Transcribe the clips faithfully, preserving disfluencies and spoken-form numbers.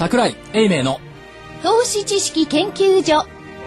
櫻井英明の投資知識研究所。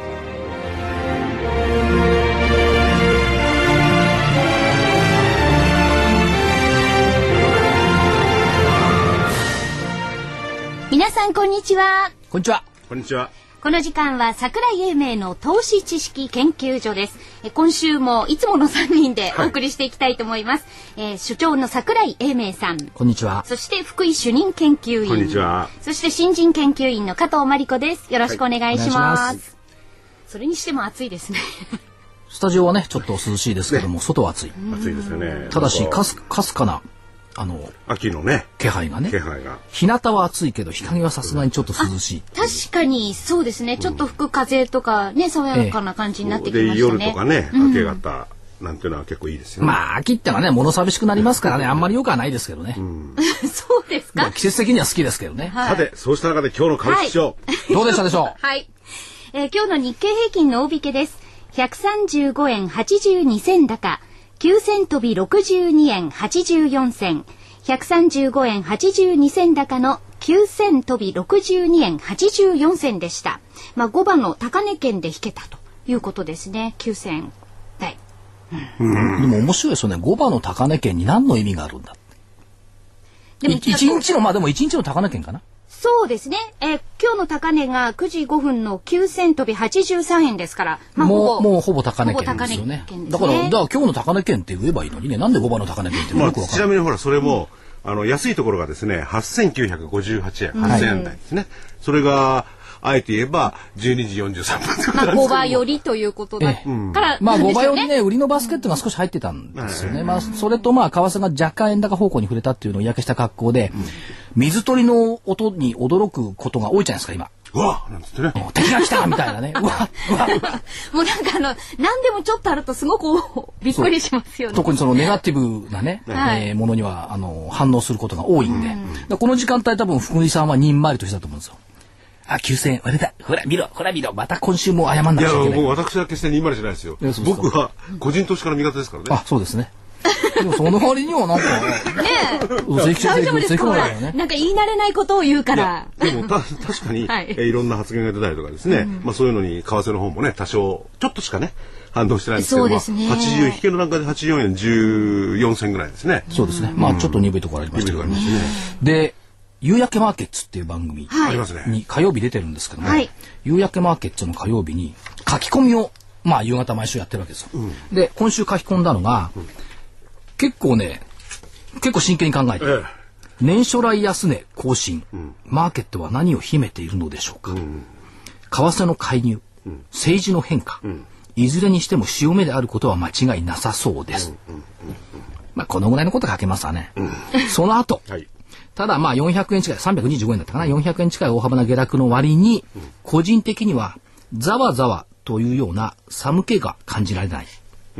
皆さんこんにちは。 こんにちは。 こんにちは。 この時間は櫻井英明の投資知識研究所です。え今週もいつものさんにんでお送りしていきたいと思います。はい、えー、所長の櫻井英明さん、 こんにちは。 そして福井主任研究員、 こんにちは。 そして新人研究員の加藤真理子です。よろしくお願いします。はい、お願いします。それにしても暑いですね。 スタジオはねちょっと涼しいですけども、ね、外は暑い。 暑いですよね。 ただしかすかすかなあの秋のね気配がね。 気配が。 日向は暑いけど日陰はさすがにちょっと涼しい。 確かにそうですね。ちょっと吹く風とかね、爽やかな感じになってきましたね。 で夜とかね、明け方なんていうのは結構いいですよね。 まあ秋ってのはね物寂しくなりますからね、あんまり良くはないですけどね。うん、 そうですか。 季節的には好きですけどね。 はい、さてそうした中で今日の株式市場、 はい、どうでしたでしょう。 はい、えー、今日の日経平均の大引けです。ひゃくさんじゅうごえんはちじゅうに銭高、きゅう銭飛びろくじゅうにえんはちじゅうよん銭。ひゃくさんじゅうごえんはちじゅうに銭高のきゅう銭飛びろくじゅうにえんはちじゅうよん銭でした。まあ、ごばの高値圏で引けたということですね。きゅう銭台、 うんうん、でも面白いですよね。ごばの高値圏に何の意味があるんだ。でもいちにちのまあでもいちにちの高値圏かな。 そうですね、えー、今日の高値がくじごふんのきゅう銭飛びはちじゅうさんえんですから、まあ、 もうもうほぼ高値圏ですよね。だからだから今日の高値圏って言えばいいのにね、なんでごばの高値圏ってよくわかんない。 まあ、ちなみにほらそれも、うん、あの安いところがですねはっせんきゅうひゃくごじゅうはちえん、はっせんえん台ですね。それがあえて言えばじゅうにじよんじゅうさんぷん、 まあ、ごばよりということだから、 ね、まあごばよりね売りのバスケットが少し入ってたんですよね。まあそれとまあ為替が若干円高方向に触れたっていうのを嫌気した格好で、うん、水鳥の音に驚くことが多いじゃないですか今。 うわなんつってね、 敵が来たみたいなね。うわうわもうなんかあの何でもちょっとあるとすごくびっくりしますよね。 特にそのネガティブなね、 はい、 えー、ものにはあの反応することが多いんで、うん、この時間帯多分福井さんはにんまりとしたと思うんですよ。あ、きゅうせんえん割れた。ほら見ろ、ほら見ろ。また今週も謝んなくちゃいけない。 いや、もう私は決してにんまりじゃないですよ。僕は個人投資家の味方ですからね。 あ、そうですね。でもその割にはなんかねえ、大丈夫ですか。なんか言い慣れないことを言うから。 でもた確かに、はい、えいろんな発言が出たりとかですね。うん、まあそういうのに為替の方もね多少ちょっとしかね反応してないんですけど、そうですね。まあ、はちじゅう引けの段階ではちじゅうよんえんじゅうよん銭ぐらいですね。 そうですね。まあちょっと鈍いところありましたけどね。で。夕焼けマーケッツっていう番組に火曜日出てるんですけども、はい、夕焼けマーケッツの火曜日に書き込みをまあ夕方毎週やってるわけですよ。うん、で今週書き込んだのが、うん、結構ね結構真剣に考えて、ええ、年初来安値更新、うん、マーケットは何を秘めているのでしょうか、うん、為替の介入、うん、政治の変化、うん、いずれにしても潮目であることは間違いなさそうです。うんうんうん、まあこのぐらいのこと書けますわね。うん、その後、はい、ただまあよんひゃくえん近いさんびゃくにじゅうごえんだったかな、よんひゃくえん近い大幅な下落の割に、うん、個人的にはざわざわというような寒気が感じられない。うん、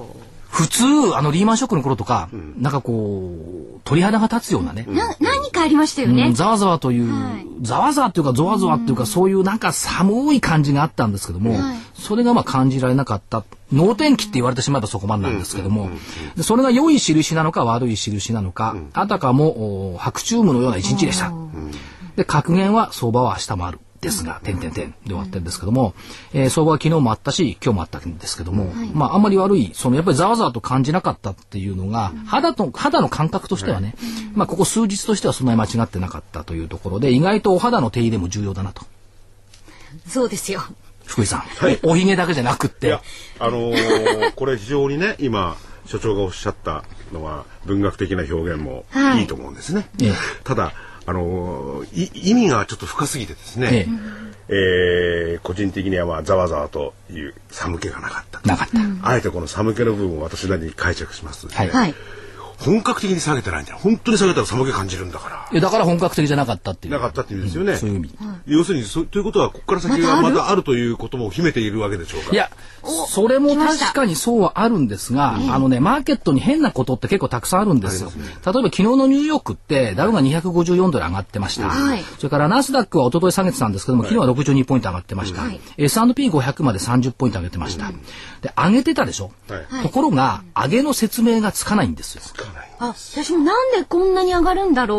普通あのリーマンショックの頃とか、うん、なんかこう鳥肌が立つようなね、 うん、な何かありましたよね。 うん、ざわざわという、はい、ざわざわというかゾワゾワというか、うん、そういうなんか寒い感じがあったんですけども、はい、それがまあ感じられなかった。能天気って言われてしまえばそこまでなんですけども、でそれが良い印なのか悪い印なのか、うん、あたかも白昼夢のような一日でした。うん、で格言は相場は明日もあるですが、点々点で終わってるんですけども、えー、相場は昨日もあったし今日もあったんですけども、はい、まああんまり悪いそのやっぱりざわざわと感じなかったっていうのが、うん、肌と肌の感覚としてはね、はい、まあここ数日としてはそんなに間違ってなかったというところで、意外とお肌の手入れも重要だなと。 そうですよ。 福井さん、はい、おひげだけじゃなくっていや、あのー、これ非常にね今所長がおっしゃったのは文学的な表現もいいと思うんですね。はい、ただ、あのー、意味がちょっと深すぎてですね、えええー、個人的にはまあざわざわという寒気がなかった。 なかった。 あえてこの寒気の部分を私なりに解釈しますので、ね、 はい、 本格的に下げてないんだよ。本当に下げたら寒気感じるんだから。 いやだから本格的じゃなかったっていう。 なかったっていう意味ですよね。 うん、そういう意味。 要するにそということはここから先がまたあるということも秘めているわけでしょうか。 いやそれも確かにそうはあるんですが、あのねマーケットに変なことって結構たくさんあるんですよ。すね、例えば昨日のニューヨークってダウがにひゃくごじゅうよんドル上がってました。はい、それからナスダックは一昨日下げてたんですけども、昨日はろくじゅうにポイント上がってました。はい、エスアンドピーごひゃく までさんじゅっポイント上げてました。うん、で上げてたでしょ。はい、ところが上げの説明がつかないんですよ。つかない。 あ、私もなんでこんなに上がるんだろうっ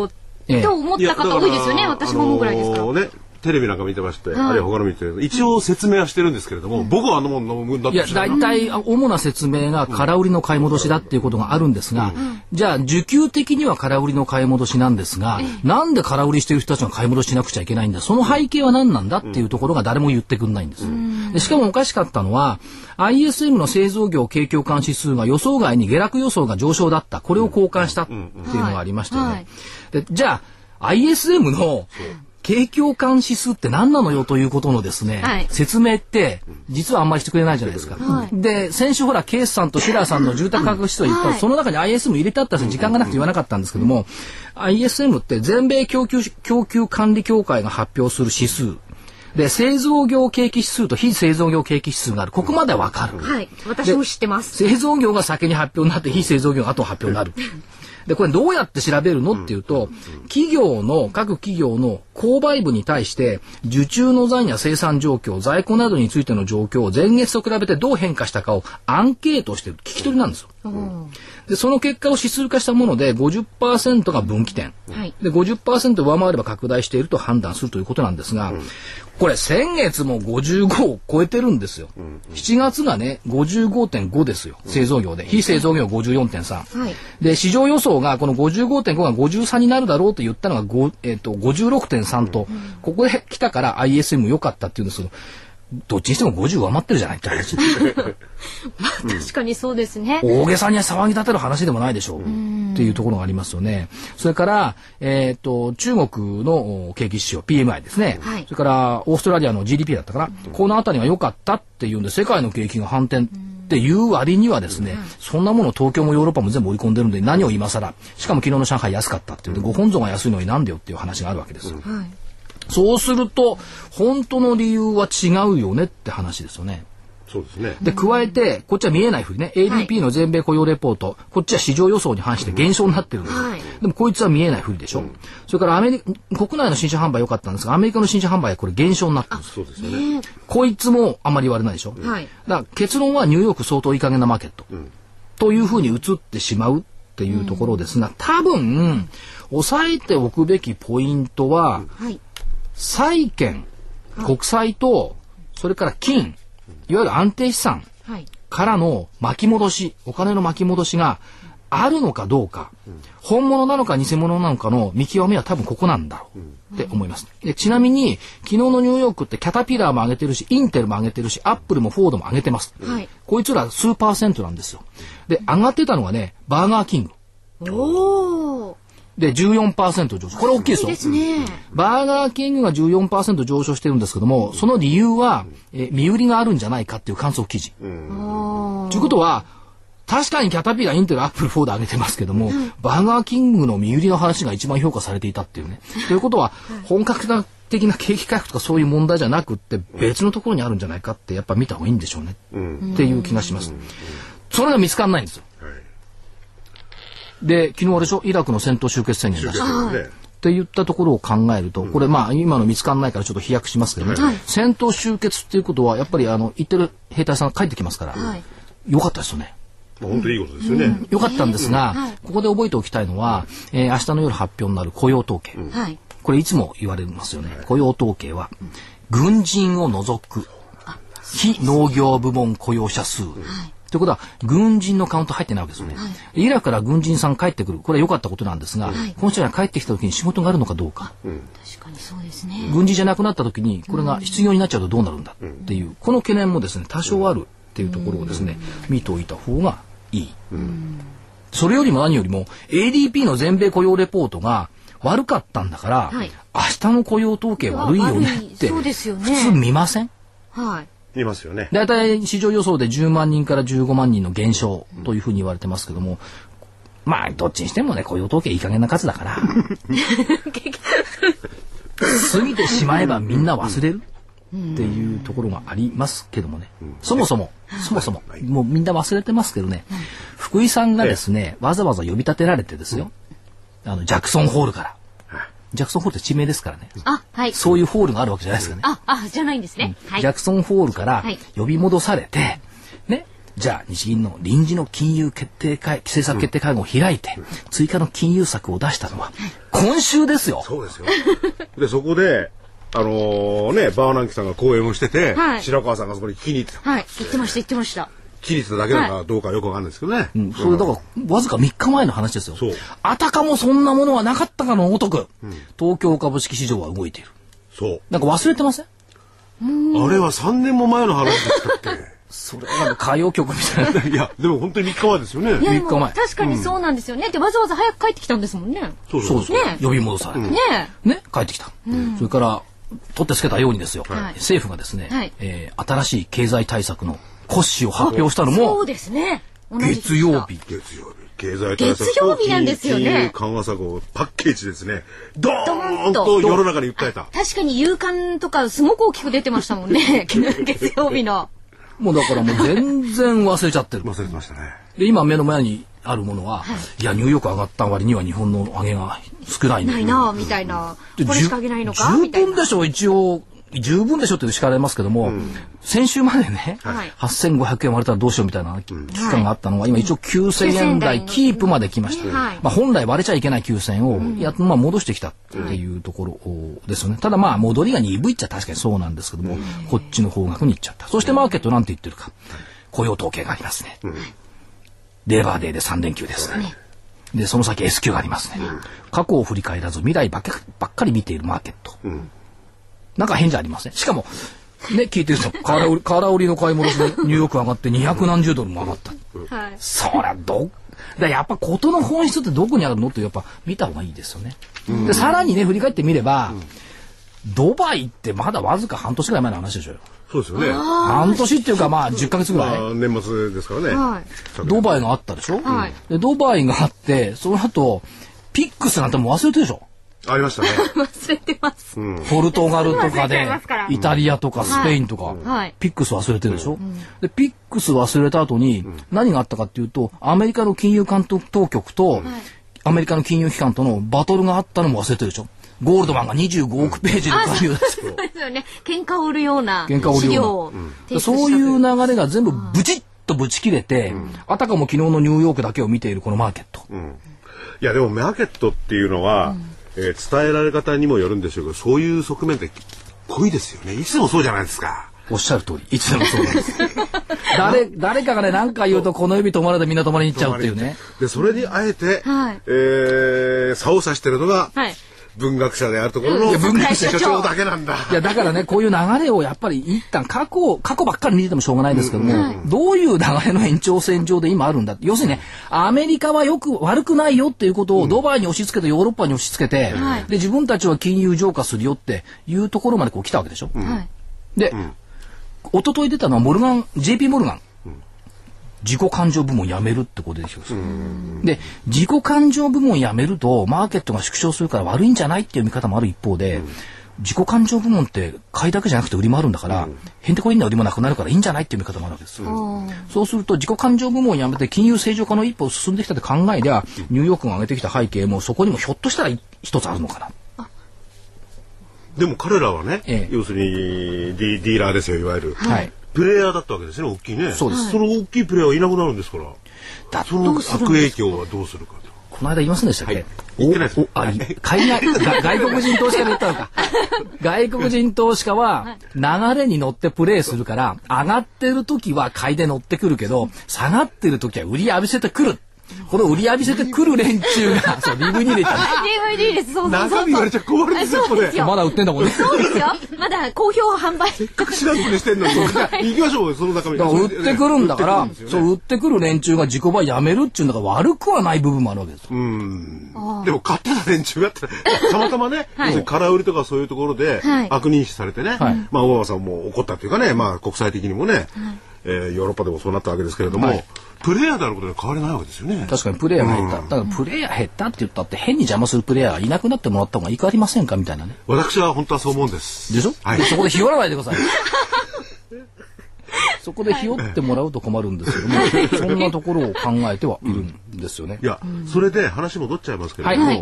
ええ、と思った方多いですよね。私も思うぐらいですから。 ね、テレビなんか見てまして、はい、あるいは他の見て一応説明はしてるんですけれども、うん、僕はあのもの飲むんだっていや大体主な説明が空売りの買い戻しだっていうことがあるんですが、うん、じゃあ需給的には空売りの買い戻しなんですが、うん、なんで空売りしてる人たちが買い戻ししなくちゃいけないんだ、その背景は何なんだっていうところが誰も言ってくんないんです、うん、でしかもおかしかったのは アイエスエム の製造業景況感指数が予想外に下落予想が上昇だった、これを交換したっていうのがありましたよね、はいはい、でじゃあ アイエスエム の景況感指数って何なのよということのですね、はい、説明って実はあんまりしてくれないじゃないですか、はい、で先週ほらケースさんとシラーさんの住宅価格指数を言った、はい、その中に アイエスエム 入れてあったんです、時間がなくて言わなかったんですけども、うん、アイエスエム って全米供給供給管理協会が発表する指数で、製造業景気指数と非製造業景気指数がある。ここまではわかる。 はい。私も知ってます。 製造業が先に発表になって、非製造業が後発表になる。で、これどうやって調べるのっていうと、企業の、各企業の購買部に対して、受注の残や生産状況、在庫などについての状況を前月と比べてどう変化したかをアンケートしてる。聞き取りなんですよ。うん、で、その結果を指数化したもので ごじゅっパーセント が分岐点。はい、で、ごじゅっパーセント 上回れば拡大していると判断するということなんですが、うん、これ先月もごじゅうごを超えてるんですよ。うんうん、しちがつがね ごじゅうごてんご ですよ。製造業で、非製造業 ごじゅうよんてんさん、はい、で市場予想がこの ごじゅうごてんご がごじゅうさんになるだろうと言ったのが、えー、と ごじゅうろくてんさん と、うん、ここで来たから アイエスエム 良かったっていうんですけど、どっちにしてもごじゅう上回ってるじゃないって話。 まあ確かにそうですね。 大げさに騒ぎ立てる話でもないでしょうっていうところがありますよね。それから、えー、と中国の景気指標 ピーエムアイ ですね、はい、それからオーストラリアの ジーディーピー だったから、うん、このあたりが良かったっていうんで世界の景気が反転っていう割にはですね、うん、そんなもの東京もヨーロッパも全部織り込んでるんで何を今更、しかも昨日の上海安かったっていうんで、ご本尊が安いのになんでよっていう話があるわけですよ、うんはい、そうすると本当の理由は違うよねって話ですよね。 そうですね。 で加えてこっちは見えないふりね、 エーディーピー の全米雇用レポート、こっちは市場予想に反して減少になってるんです、はい、でもこいつは見えないふりでしょ、うん、それからアメリカ国内の新車販売良かったんですが、アメリカの新車販売はこれ減少になってるんです。 そうですよね。 こいつもあんまり言われないでしょ、うん、だから結論はニューヨーク相当いい加減なマーケット、うん、というふうに映ってしまうっていうところですが、多分押さえておくべきポイントは、うんはい債券、国債と、それから金、いわゆる安定資産からの巻き戻し、お金の巻き戻しがあるのかどうか、本物なのか偽物なのかの見極めは多分ここなんだろうって思います。でちなみに、昨日のニューヨークってキャタピラーも上げてるし、インテルも上げてるし、アップルもフォードも上げてます。はい、こいつら数パーセントなんですよ。で、上がってたのがね、バーガーキング。おー。で じゅうよんパーセント 上昇。これ大きいですよ。 ですね。 バーガーキングが じゅうよんパーセント 上昇してるんですけども、その理由は、え身売りがあるんじゃないかっていう観測記事。ということは、確かにキャタピラー、インテル、アップル、フォード上げてますけども、うん、バーガーキングの身売りの話が一番評価されていたっていうね。ということは、本格的な景気回復とかそういう問題じゃなくって別のところにあるんじゃないかってやっぱ見た方がいいんでしょうね。うん、っていう気がします。それが見つかんないんですよ。で昨日あれでしょ、イラクの戦闘終結宣言出して、ね、って言ったところを考えると、これまあ今の見つかんないからちょっと飛躍しますけどね、はい、戦闘終結っていうことはやっぱりあの言ってる兵隊さんが帰ってきますから、はい、よかったですよね。 本当にいいことですよね、うん、 よかったんですが、うん、ここで覚えておきたいのは、えー、明日の夜発表になる雇用統計、うん、これいつも言われますよね、はい、雇用統計は、うん、軍人を除く非農業部門雇用者数、はいということは軍人のカウント入ってないわけですよね、はい、イラクから軍人さん帰ってくる、これは良かったことなんですが、はい、この人が帰ってきた時に仕事があるのかどうか、 うん、確かにそうですね。 軍人じゃなくなった時にこれが失業になっちゃうとどうなるんだっていう、うん、この懸念もですね多少あるっていうところをですね、うん、見ておいた方がいい、うん、それよりも何よりも エーディーピー の全米雇用レポートが悪かったんだから、はい、明日の雇用統計悪いよねって普通見ません？ はいいますよね。 だいたい市場予想でじゅうまんにんからじゅうごまんにんの減少というふうに言われてますけども、うん、まあどっちにしてもね雇用統計いい加減な数だから過ぎてしまえばみんな忘れるっていうところがありますけどもね、うん、そもそも、うん、そもそも、はい、もうみんな忘れてますけどね、うん、福井さんがですねわざわざ呼び立てられてですよ、うん、あのジャクソンホールからジャクソンホールって地名ですからね。 あ、はい。 そういうホールがあるわけじゃないですかね。 あ、あ、じゃないんですね。 うんはい、ジャクソンホールから呼び戻されて、ね、 じゃあ日銀の臨時の金融決定会政策決定会合を開いて、うん、追加の金融策を出したのは今週ですよ。 そうですよ。でそこであのー、ねバーナンキさんが講演をしてて、はい、白川さんがそこに聞きに行ってた。 はい、言ってました言ってました。 聞きに行ってただけなのかどうかよくわかんないですけどね。はいうん、それだからわずかみっかまえの話ですよ。そう。あたかもそんなものはなかったかのごとく、うん、東京株式市場は動いている。そう。なんか忘れてません？ あれはさんねんも前の話でしたっけ？ それなんか歌謡曲みたいな。 いやでも本当にみっかまえですよね。 みっかまえ。確かにそうなんですよね。でわざわざ早く帰ってきたんですもんね。 そうそうそう。ね、呼び戻されて、うん、ねね帰ってきた。うん、それから取ってつけたようにですよ。はい、政府がですね、はいえー、新しい経済対策の骨子を発表したのもそうですね。 月曜日。 月曜日。経済対策月曜日なんですよね。 金融緩和策をパッケージですね。ドーンと世の中に訴えた。 確かに夕刊とかすごく大きく出てましたもんね。月曜日の。 もうだからもう全然忘れちゃってる。 忘れてましたね。 で今目の前にあるものは、はい、いやニューヨーク上がった割には日本の上げが少ないないなみたいな。これしか上げないのかみたいな。 十分でしょう一応。十分でしょって叱られますけども、うん、先週までね、はい、はっせんごひゃくえん割れたらどうしようみたいな期間があったのが、今一応きゅうせんえん台キープまで来ました。はい、まあ本来割れちゃいけないきゅうせんえんをやっとまあ戻してきたっていうところですよね。ただまあ戻りが鈍いっちゃ確かにそうなんですけども、うん、こっちの方角に行っちゃった。そしてマーケットなんて言ってるか、雇用統計がありますね。うん、レーバーデーでさん連休ですね。でその先 エスキュー がありますね。うん、過去を振り返らず未来ばっかばっかり見ているマーケット。うんなんか変じゃありません。しかも、ね、聞いてると、空売り、空売りの買い戻しでニューヨーク上がってにひゃくなんじゅうドルも上がった。はい、そりゃ、ど、だやっぱ事の本質ってどこにあるのってやっぱ見た方がいいですよね。で、さらにね、振り返ってみれば、うん、ドバイってまだわずか半年ぐらい前の話でしょうよ。 そうですよね。 半年っていうかまあじゅっかげつぐらい。 まあ、年末ですからね。はい、 ドバイがあったでしょ、はい、でドバイがあって、その後、ピックスなんてもう忘れてるでしょありましたね。 忘れてます。 うん、ポルトガルとかでイタリアとかスペインとか、はい、ピックス忘れてるでしょ、うん、でピックス忘れた後に何があったかっていうとアメリカの金融監督当局とアメリカの金融機関とのバトルがあったのも忘れてるでしょ。ゴールドマンがにじゅうごおくページで加入ですよ。 そうですよね。喧嘩を売るような喧嘩を売るような、うん、そういう流れが全部ブチッとぶち切れて、うん、あたかも昨日のニューヨークだけを見ているこのマーケット、うん、 いやでもマーケットっていうのは、うんえー、伝えられ方にもよるんでしょうけどそういう側面って濃いですよね。いつでもそうじゃないですか。 おっしゃる通りいつでもそうなんです誰, 誰かがね何か言うとこの指止まれてみんな止まりに行っちゃうっていうね。 でそれにあえて、はいえー、差を指してるのが、はい文学者であるところの文学者所長だけなんだ。 いやだからねこういう流れをやっぱり一旦過去過去ばっかり見ててもしょうがないですけども、うんうん、どういう流れの延長線上で今あるんだ。要するにねアメリカはよく悪くないよっていうことをドバイに押し付けてヨーロッパに押し付けて、うん、で自分たちは金融浄化するよっていうところまでこう来たわけでしょ。うん、で、うん、一昨日出たのはモルガン ジェーピー モルガン。自己感情部門やめるってことですよ。で自己感情部門やめるとマーケットが縮小するから悪いんじゃないっていう見方もある一方で、うん、自己感情部門って買いだけじゃなくて売りもあるんだから、うん、へんてこりんな売りもなくなるからいいんじゃないっていう見方もあるわけです、うん、そうすると自己感情部門をやめて金融正常化の一歩を進んできたって考えりゃ、うん、ニューヨークが上げてきた背景もそこにもひょっとしたら一つあるのかな。 でも彼らはね、ええ、要するにディ、ディーラーですよいわゆる、はい、プレイヤーだったわけですね大きいね。そうです。その大きいプレイヤーはいなくなるんですから。だその悪影響はどうするかと。 この間言いませんでしたっけ、はい、 言ってないです。 あ海外外国人投資家で言ったのか外国人投資家は流れに乗ってプレイするから上がってる時は買いで乗ってくるけど下がってる時は売り浴びせてくる。この売り浴びせてくる連中がそう ディーブイディー 入れたディーブイディー です。そうそうそう中身言われちゃ困るんですよこれ。 まだ売ってんだもんね。 そうですよ。まだ好評販売せっかく知らずにしてんのに行きましょうその中身。 だから売ってくるんだから、ね、そう売ってくる連中が自己売やめるっていうんだから悪くはない部分もあるわけです。 うんでも買ってた連中がってたまたまね、はい、空売りとかそういうところで悪認識されてね、はい、まあオバマさんも怒ったというかね、まあ国際的にもね、はいえー、ヨーロッパでもそうなったわけですけれども、はい、プレイヤーであることに変わりないわけですよね。 確かにプレイヤーが減った、うん、だからプレイヤー減ったって言ったって変に邪魔するプレイヤーがいなくなってもらった方がいかありませんかみたいなね。 私は本当はそう思うんですでしょ、はい、でそこでひよらないでくださいそこでひよってもらうと困るんですけども、はい、そんなところを考えてはいるんですよね。 いや、うん、それで話戻っちゃいますけれども、はい、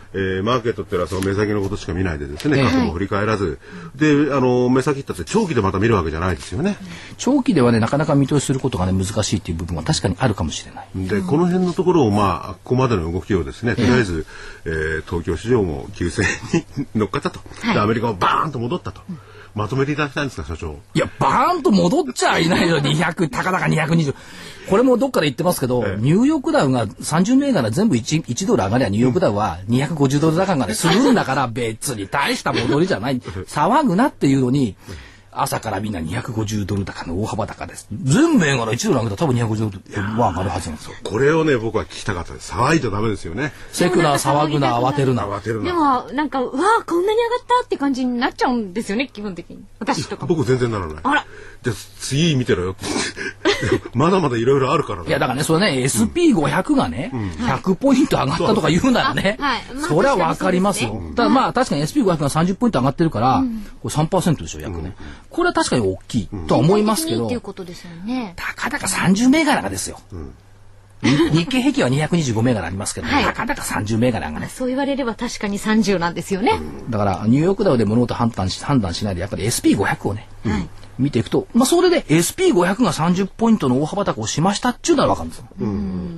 えー、マーケットっていうのはその目先のことしか見ないでですね、過去も振り返らず、で、あの目先って長期でまた見るわけじゃないですよね。 長期ではね、なかなか見通しすることがね難しいっていう部分は確かにあるかもしれない。 で、この辺のところをまあここまでの動きをですね、とりあえず、えー、東京市場もきゅうせんえんに乗っかったと、はい、でアメリカもバーンと戻ったと。うん、まとめていただきたいんですか、社長。 いや、バーンと戻っちゃいないよ。にひゃく、たかだかにひゃくにじゅう。これもどっかで言ってますけど、ええ、ニューヨークダウがさんじゅう銘柄全部 1, いちドル上がりゃニューヨークダウはにひゃくごじゅうドル高がね、するんだから別に大した戻りじゃない。騒ぐなっていうのに、朝からみんなにひゃくごじゅうドル高の大幅高です。全銘柄いちドル上げたら多分にひゃくごじゅうドルは上がるはずなんですよ。 これをね、僕は聞きたかったです。騒いじゃダメですよね。 セクナー騒ぐな、慌てるな。 慌てるな。でも、なんか、うわあ、こんなに上がったって感じになっちゃうんですよね、基本的に。私とか。 僕全然ならない。 あら。 じゃあ次見てろよ。まだまだいろいろあるからね。 いやだからね、それね、エスピーごひゃく がね、うん、ひゃくポイント上がったとか言うならね、はいまあ、それはわかりますよ。ただまあ確かに エスピーごひゃく がさんじゅうポイント上がってるから、うん、これ さんパーセント でしょ、約ね、うん。これは確かに大きいとは思いますけど、 っていうことですよね。 たかだかさんじゅう銘柄がですよ。うん日経平均はにひゃくにじゅうご銘柄ありますけど、はい、たかだかさんじゅう銘柄がね。 そう言われれば確かにさんじゅうなんですよね。 うん、だからニューヨークダウで物事判断し判断しないでやっぱり エスピーごひゃく をね、うん、見ていくと、まあそれで エスピーごひゃく がさんじゅうポイントの大幅高をしましたっていうのはわかるんですよ。うん、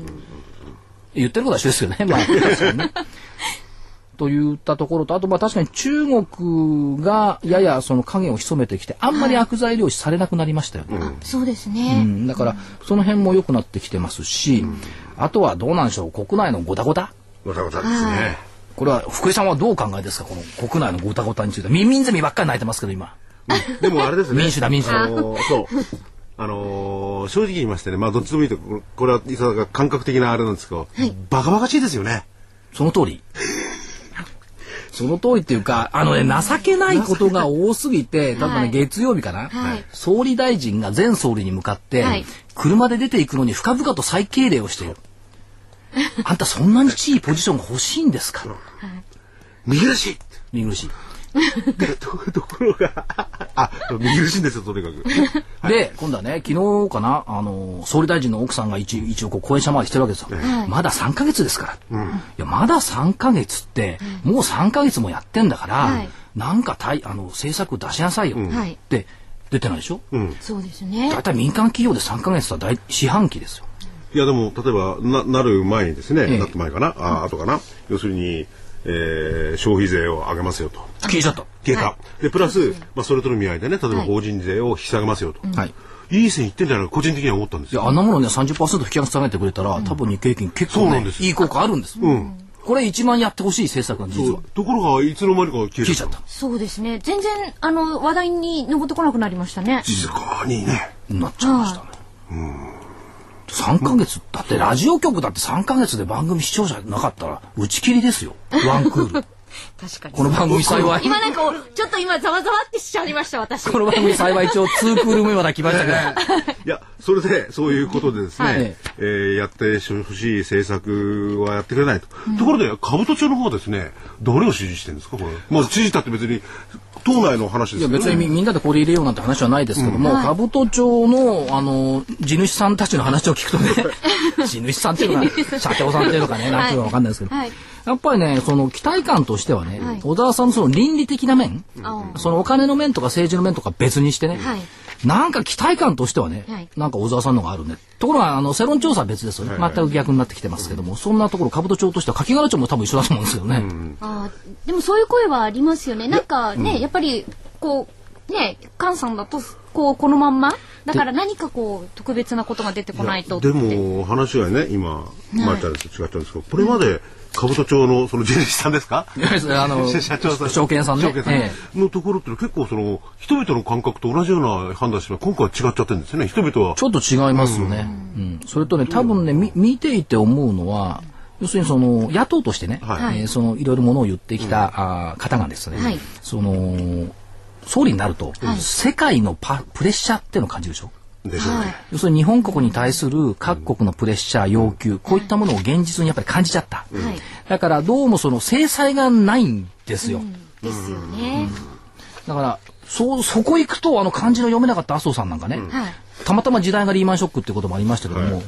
言ってることは一緒ですよね。まあねといったところと、あとまあ確かに中国がややその影を潜めてきて、あんまり悪材料視されなくなりましたよね。 はいうん、そうですね、 うん。だからその辺も良くなってきてますし、うん、あとはどうなんでしょう、国内のゴタゴタ。 ゴタゴタですね。 これは福井さんはどうお考えですか、この国内のゴタゴタについて。民民ゼミばっかり泣いてますけど今。 うん、でもあれですね。 民主だ民主だ。 あのー、そう。あのー、正直言いましてね、まあどっちでもいいと、これは感覚的なあれなんですけど、はい、バカバカしいですよね。 その通り。その通りっていうか、あのね、情けないことが多すぎて、ただね、月曜日かな、はい、総理大臣が前総理に向かって、はい、車で出ていくのに深々と再敬礼をしている。あんたそんなに地位ポジションが欲しいんですか。 見苦しい見苦しい。 と, ところがあ見苦しいんですよとにかく。 で、はい、今度はね、昨日かな、あの総理大臣の奥さんが一一応こう講演者回りしてるわけですよ、はい、まださんかげつですから、うん、いやまださんかげつって、うん、もうさんかげつもやってんだから、はい、なんかたいあの政策出しなさいよ、うん、って出てないでしょ、うん、 そうですね。 だいたい民間企業でさんかげつは大四半期ですよ。 いやでも例えば な, なる前にですね、ええ、なって前かな、あ後かな、要するにえー、消費税を上げますよと。 消えちゃった。 消えた。はい、でプラス、まあ、それとの見合いでね、例えば法人税を引き下げますよと。はい、いい線いってんじゃないか個人的には思ったんですよ。 いやあんなものに さんじゅっパーセント 引き下げてくれたら、うん、多分日経平均結構、ね、いい効果あるんです。うん、これ一番やってほしい政策なんです。 ところがいつの間にか消えちゃった。 そうですね。全然あの話題に上ってこなくなりましたね。 静かにね。 なっちゃいましたね。うんさんかげつだってラジオ局だってさんかげつで番組視聴者なかったら打ち切りですよ。ワンクール。 確かに。 この番組幸い。 今なんかちょっと今ざわざわってしちゃいました私。 この番組幸い一応ツークール目まで来ましたけど。 いやそれでそういうことでですね、はい、えー、やってほしい政策はやってくれないと。うん、ところで兜町の方はですね、誰を支持してるんですかこれ。まあ支持だって別に党内の話ですけど、ね。いや別にみんなでこれ入れようなんて話はないですけども、うん、兜町のあの地主さんたちの話を聞くとね、地主さんっていうのか社長さんっていうのかね、なんていうのかわかんないですけど。はいはい、やっぱりね、その期待感としてはね、はい、小沢さんのその倫理的な面、うん、そのお金の面とか政治の面とか別にしてね、はい、なんか期待感としてはね、はい、なんか小沢さんのがあるね。ところがあの世論調査は別ですよね、はいはい、全く逆になってきてますけども、うん、そんなところ兜町としては柿原町も多分一緒だと思うんですけどね。うん、 あでもそういう声はありますよね。なんかね、うん、やっぱりこうね、菅さんだとこうこのまんまだから何かこう特別なことが出てこないとって。 でも話がね今前から違ったんですけど、これまで兜町のその地主さんですか？ あの社長さん、証券さんね、証券さんのところって結構その人々の感覚と同じような判断して今回は違っちゃってるんですよね。人々はちょっと違いますよね。うんうん、それとね多分ね、み見ていて思うのは。要するにその野党としてね、はいえー、そのいろいろものを言ってきた、うん、あ方がですね、はい、その総理になると、はい、世界のパプレッシャーっていうのを感じるでしょ。でしょうね。要するに日本国に対する各国のプレッシャー、要求、こういったものを現実にやっぱり感じちゃった。うん、だからどうもその制裁がないんですよ。うん、 ですよね。 うん、だからそそこ行くとあの漢字の読めなかった麻生さんなんかね、うん、たまたま時代がリーマンショックっていうこともありましたけども。はい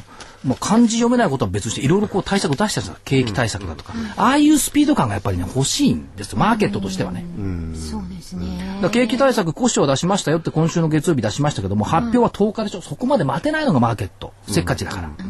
まあ、漢字読めないことは別としていろいろこう対策を出したんですよ。景気対策だとか、うん、ああいうスピード感がやっぱりね欲しいんですよ、マーケットとしてはね。 うん、そうですね。 だ景気対策コストを出しましたよって今週の月曜日出しましたけども、発表はとおかでしょ。そこまで待てないのがマーケット、せっかちだから、うん、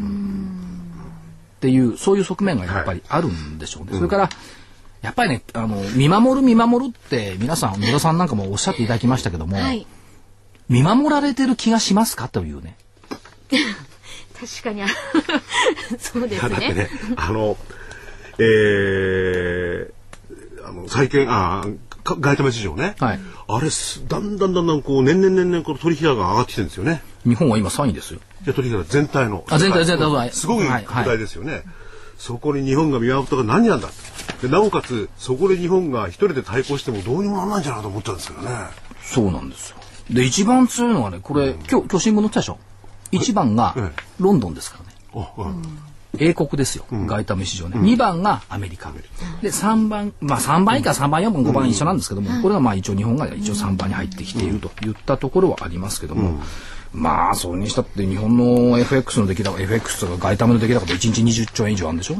っていうそういう側面がやっぱりあるんでしょうね。はい、それからやっぱりね、あの見守る見守るって皆さん野田さんなんかもおっしゃっていただきましたけども、はい、見守られてる気がしますかというね。 確かにそうですね。 だってね、あの、えー、あの債券あ外為市場ね、はい、あれだんだんだんだんこう年々年々この取引高が上がってきてるんですよね。 日本は今さんいですよ。 いや取引高全体のあ全体全体すごい拡大ですよね。はいはい、そこに日本が見守ったが何なんだ。でなおかつそこで日本が一人で対抗してもどうにもならないんじゃないかと思ったんですけどね。 そうなんですよ。で一番強いのはねこれ、うん、今日今日新聞載ってたでしょ。いちばんがロンドンですからね。うん、英国ですよ、うん、外為市場ね、うん、にばんがアメリカ、うん、でさんばんまあさんばん以下さんばんよんばんごばん一緒なんですけども、うん、これがまあ一応日本が一応さんばんに入ってきているといったところはありますけども、うん、まあそれにしたって日本の エフエックス の出来高 エフエックス とか外為の出来高でいちにちにじゅっちょうえん以上あるんでしょ、うん、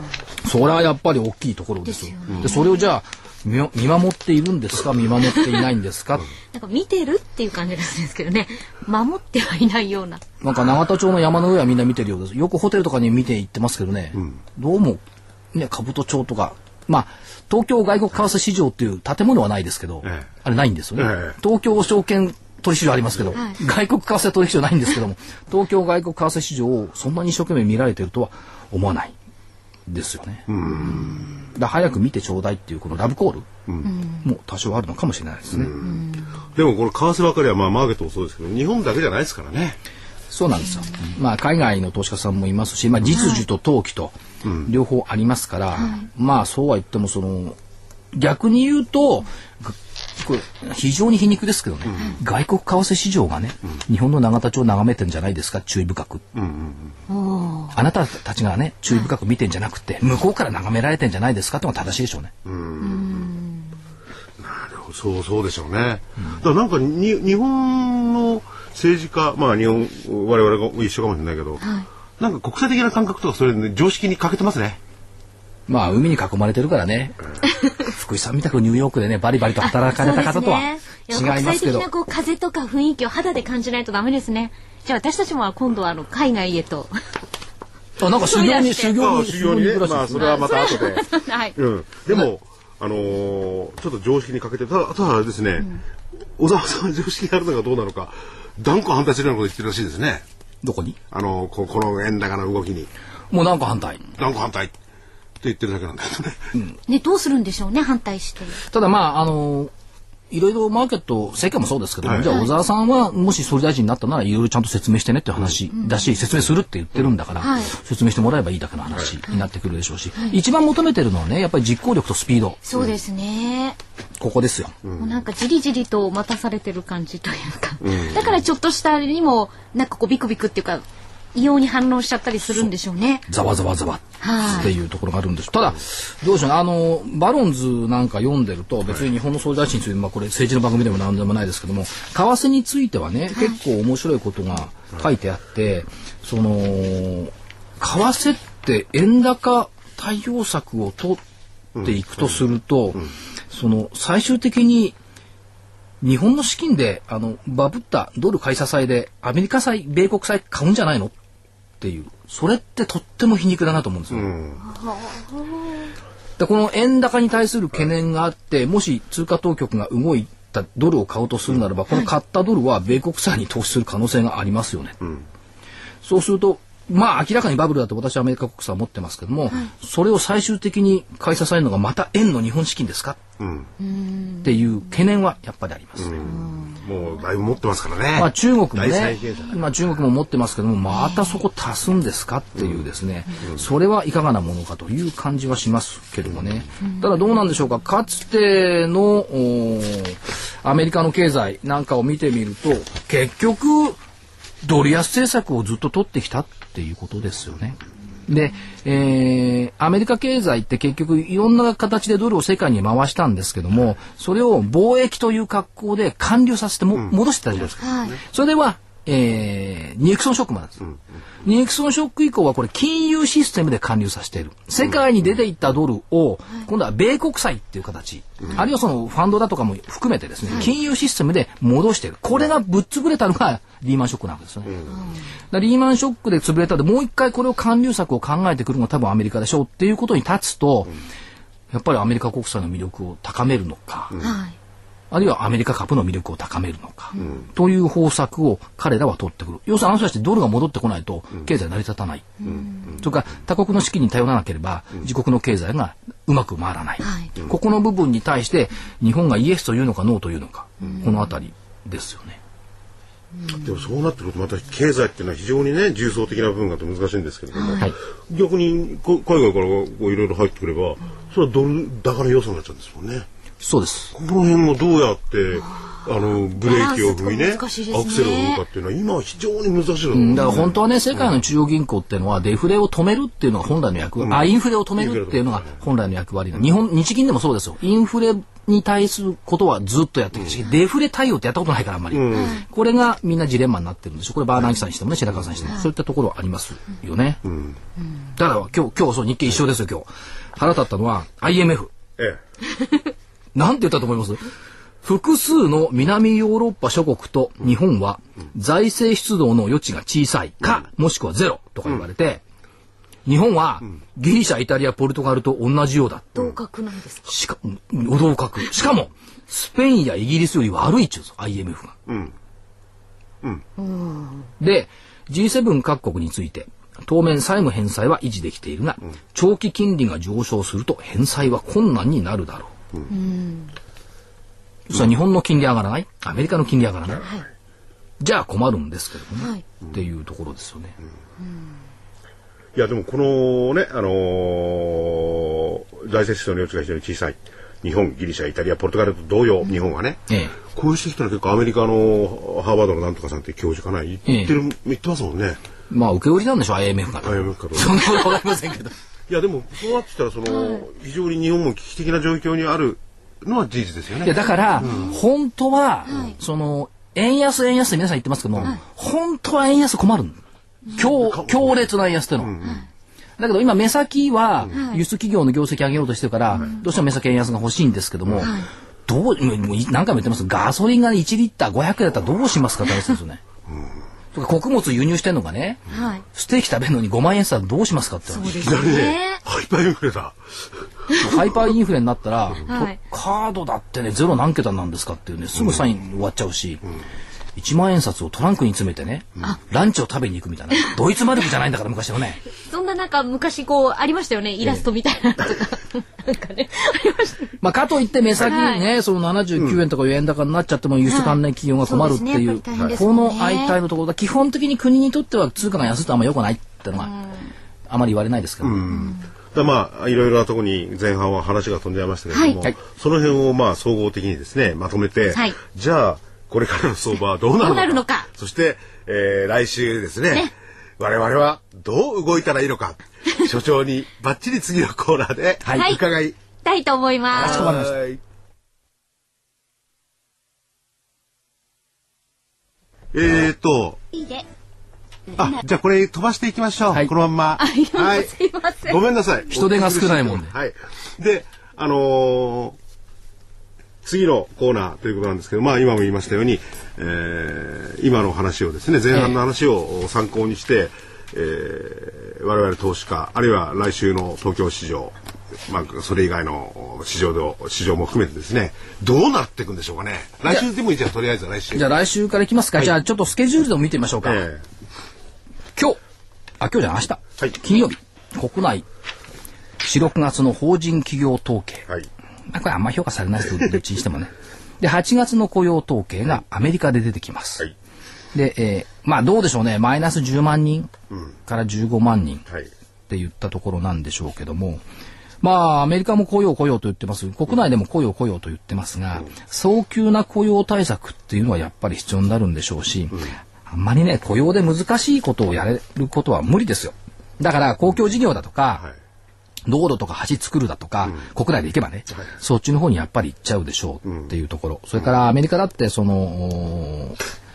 それはやっぱり大きいところですよ。ですよね。でそれをじゃあ見守っているんですか見守っていないんですかなんか見てるっていう感じなんですけどね、守ってはいないような。 なんか永田町の山の上はみんな見てるようです。よくホテルとかに見て行ってますけどね、うん、どうもね兜町とかまあ東京外国為替市場っていう建物はないですけど、ええ、あれないんですよね、ええ、東京証券取引所ありますけど、はい、外国為替取引所ないんですけども東京外国為替市場をそんなに一生懸命見られてるとは思わないですよね。うんだ早く見てちょうだいっていうこのラブコール、うん、もう多少あるのかもしれないですね。うんでもこれ為替ばかりはまあマーケットもそうですけど日本だけじゃないですからね。 そうなんですよ。まあ海外の投資家さんもいますし、まあ、実需と投機と両方ありますから、はい、まあそうは言ってもその逆に言うとこれ非常に皮肉ですけどね、うん、外国為替市場がね、うん、日本の永田町を眺めてんじゃないですか注意深く、うんうん、あなたたちがね注意深く見てんじゃなくて向こうから眺められてんじゃないですかってのが正しいでしょうね。うんなるほどそうそうでしょうね。うん、だからなんかに日本の政治家まあ日本我々が一緒かもしれないけど、はい、なんか国際的な感覚とかそれ、ね、常識に欠けてますね。 まあ海に囲まれてるからね、うん、福井さんみたくニューヨークでねバリバリと働かれた方とは違いますけど、国際的なこう風とか雰囲気を肌で感じないとダメですね。じゃあ私たちも今度はあの海外へとあなんか修行に修行に修行にねまあそれはまた後で、はいうん、でもあのー、ちょっと常識に欠けてただただあれですね、うん、小沢さんは常識にあるのかどうなのか断固反対するようなこと言ってるらしいですね。 どこにあのー、こ, この円高の動きにもう断固反対断固反対って言ってるだけなんだけどね。 うん、ねどうするんでしょうね反対して。 ただまああのー、いろいろマーケット世界もそうですけども、はい、じゃあ小沢さんはもし総理大臣になったならいろいろちゃんと説明してねっていう話だし、うん、説明するって言ってるんだから、うんはい、説明してもらえばいいだけの話になってくるでしょうし、はい、一番求めてるのはねやっぱり実行力とスピード。 そうですね、 うん、ここですよ、 うん、もうなんかじりじりと待たされてる感じというか、うん、だからちょっとしたにもなんかこうビクビクっていうか異様に反応しちゃったりするんでしょうね。 ざわざわざわっていうところがあるんです。ただどうでしょうねあのバロンズなんか読んでると別に日本の総理大臣について、まあ、これ政治の番組でも何でもないですけども為替についてはね、はい、結構面白いことが書いてあってその為替って円高対応策を取っていくとすると、うんうん、その最終的に日本の資金であのバブったドル買い支えでアメリカ債米国債買うんじゃないのっていうそれってとっても皮肉だなと思うんですよ、うん、でこの円高に対する懸念があってもし通貨当局が動いたドルを買おうとするならば、うん、この買ったドルは米国債に投資する可能性がありますよね、うん、そうするとまあ明らかにバブルだと私はアメリカ国債を持ってますけども、はい、それを最終的に買い支えるのがまた円の日本資金ですか、うん、っていう懸念はやっぱりあります、ね、 もうだいぶ持ってますからね。 まあ中国もね今中国も持ってますけどもまたそこ足すんですかっていうですね、うん、それはいかがなものかという感じはしますけどもね、うん、ただどうなんでしょうかかつてのアメリカの経済なんかを見てみると結局ドル安政策をずっと取ってきたっていうことですよね。で、えー、アメリカ経済って結局いろんな形でドルを世界に回したんですけどもそれを貿易という格好で還流させても、うん、戻してたじゃないですか、はい、それではえー、ニクソンショックまでです、うんうん、ニクソンショック以降はこれ金融システムで還流させている。世界に出ていったドルを今度は米国債っていう形、うん、あるいはそのファンドだとかも含めてですね、うん、金融システムで戻している。これがぶっ潰れたのがリーマンショックなわけですよね、うん、だリーマンショックで潰れたのでもう一回これを還流策を考えてくるのが多分アメリカでしょうっていうことに立つと、うん、やっぱりアメリカ国債の魅力を高めるのか、うん、あるいはアメリカ株の魅力を高めるのか、うん、という方策を彼らは取ってくる。要するにあの人たちドルが戻ってこないと経済成り立たない、うん、それから他国の資金に頼らなければ自国の経済がうまく回らない、うん、ここの部分に対して日本がイエスというのかノーというのか、うん、このあたりですよね。 でもそうなってくるとまた経済っていうのは非常にね重層的な部分がと難しいんですけれども、はい、逆に海外からいろいろ入ってくればそれはドル高の要素になっちゃうんですもんね。 そうです。 この辺もどうやってあのブレーキを踏みね、ねアクセルを踏むかっていうのは今は非常に難しい、ね、うん、 だから本当はね世界の中央銀行っていうのはデフレを止めるっていうのが本来の役割、うん、あインフレを止めるっていうのが本来の役割だ。日本日銀でもそうですよ。インフレに対することはずっとやってきて、うん、デフレ対応ってやったことないからあんまり、うん、これがみんなジレンマになってるんでしょ。これバーナーキさんにしてもね白川さんにしても、うん、そういったところありますよね、うん、だから今日今日そう日経一緒ですよ。今日腹立ったのは アイエムエフ、ええなんて言ったと思います？複数の南ヨーロッパ諸国と日本は財政出動の余地が小さいか、もしくはゼロとか言われて、日本はギリシャ、イタリア、ポルトガルと同じようだ。 同格なんですか？ しか同格。しかもスペインやイギリスより悪いっちゅうぞ アイエムエフ が。うんうん、で ジーセブン 各国について当面債務返済は維持できているが、長期金利が上昇すると返済は困難になるだろう。うん、それは日本の金利上がらない、アメリカの金利上がらない、はい、じゃあ困るんですけどもね、はい、っていうところですよね、うんうん、 いやでもこのね、あのー、財政出動の余地が非常に小さい日本、ギリシャ、イタリア、ポルトガルと同様、うん、日本はね、ええ、こういう指摘というのは結構アメリカのハーバードのなんとかさんって教授かな言ってる、ええ、言ってますもんね。 まあ受け売りなんでしょ アイエムエフ からアイエムエフ かどうかそんなことわかりませんけどいやでもそうなってきたらその、はい、非常に日本も危機的な状況にあるのは事実ですよね。 いやだから、うん、本当は、はい、その円安円安って皆さん言ってますけども、はい、本当は円安困る、うん、強, 強烈な円安っていうの、うんうん、だけど今目先は輸出企業の業績上げようとしてるから、はい、どうしても目先円安が欲しいんですけども、はい、どうもう何回も言ってますガソリンがいちリッターごひゃくえんだったらどうしますかって話ですよね、うん穀物輸入してんのがね、はい、ステーキ食べるのにごまんえんしたらどうしますかってそうですね。 ハイパーインフレだハイパーインフレになったら、はい、カードだってねゼロ何桁なんですかっていうねすぐサイン終わっちゃうし、うんうん、いちまんえん札をトランクに詰めてね、うん、ランチを食べに行くみたいなドイツマルクじゃないんだから昔のねそんななんか昔こうありましたよねイラストみたいなとか、ええ、なんかねありましたね。 まあかといって目先にね、はい、そのななじゅうきゅうえんとか円高になっちゃっても輸出関連企業が困るっていう、はい、この相対のところだ。基本的に国にとっては通貨が安いとあんま良くないっていうのはあまり言われないですけど、うんだまあいろいろなところに前半は話が飛んじゃいましたけれども、はい、その辺をまあ総合的にですねまとめて、はい、じゃあこれからの相場はどうなるの か, なるのかそして、えー、来週ですね、ね我々はどう動いたらいいのか所長にバッチリ次のコーナーで伺いたいと思います。 はい。えーといいであじゃあこれ飛ばしていきましょう、はい、このまんま。 はい、すいませんごめんなさい人手が少ないもんで、 はい、であのー、次のコーナーということなんですけどまあ今も言いましたように、えー、今の話をですね前半の話を参考にして、えー、我々投資家あるいは来週の東京市場まあそれ以外の市場で市場も含めてですねどうなっていくんでしょうかね。来週でもいいじゃんとりあえず来週じゃあ来週からいきますか、はい、じゃあちょっとスケジュールでも見てみましょうか、えー、今日あ今日じゃ明日、はい、金曜日国内しろくがつの法人企業統計、はい、これあんまり評価されないですけどどっちにしてもねではちがつの雇用統計がアメリカで出てきます、はい、で、えー、まあどうでしょうねマイナスじゅうまんにんからじゅうごまんにんって言ったところなんでしょうけどもまあアメリカも雇用雇用と言ってます国内でも雇用雇用と言ってますが、うん、早急な雇用対策っていうのはやっぱり必要になるんでしょうし、うん、あんまりね雇用で難しいことをやれることは無理ですよ。だから公共事業だとか、はい道路とか橋作るだとか、うん、国内で行けばね、はい、そっちの方にやっぱり行っちゃうでしょうっていうところ、うん、それからアメリカだってその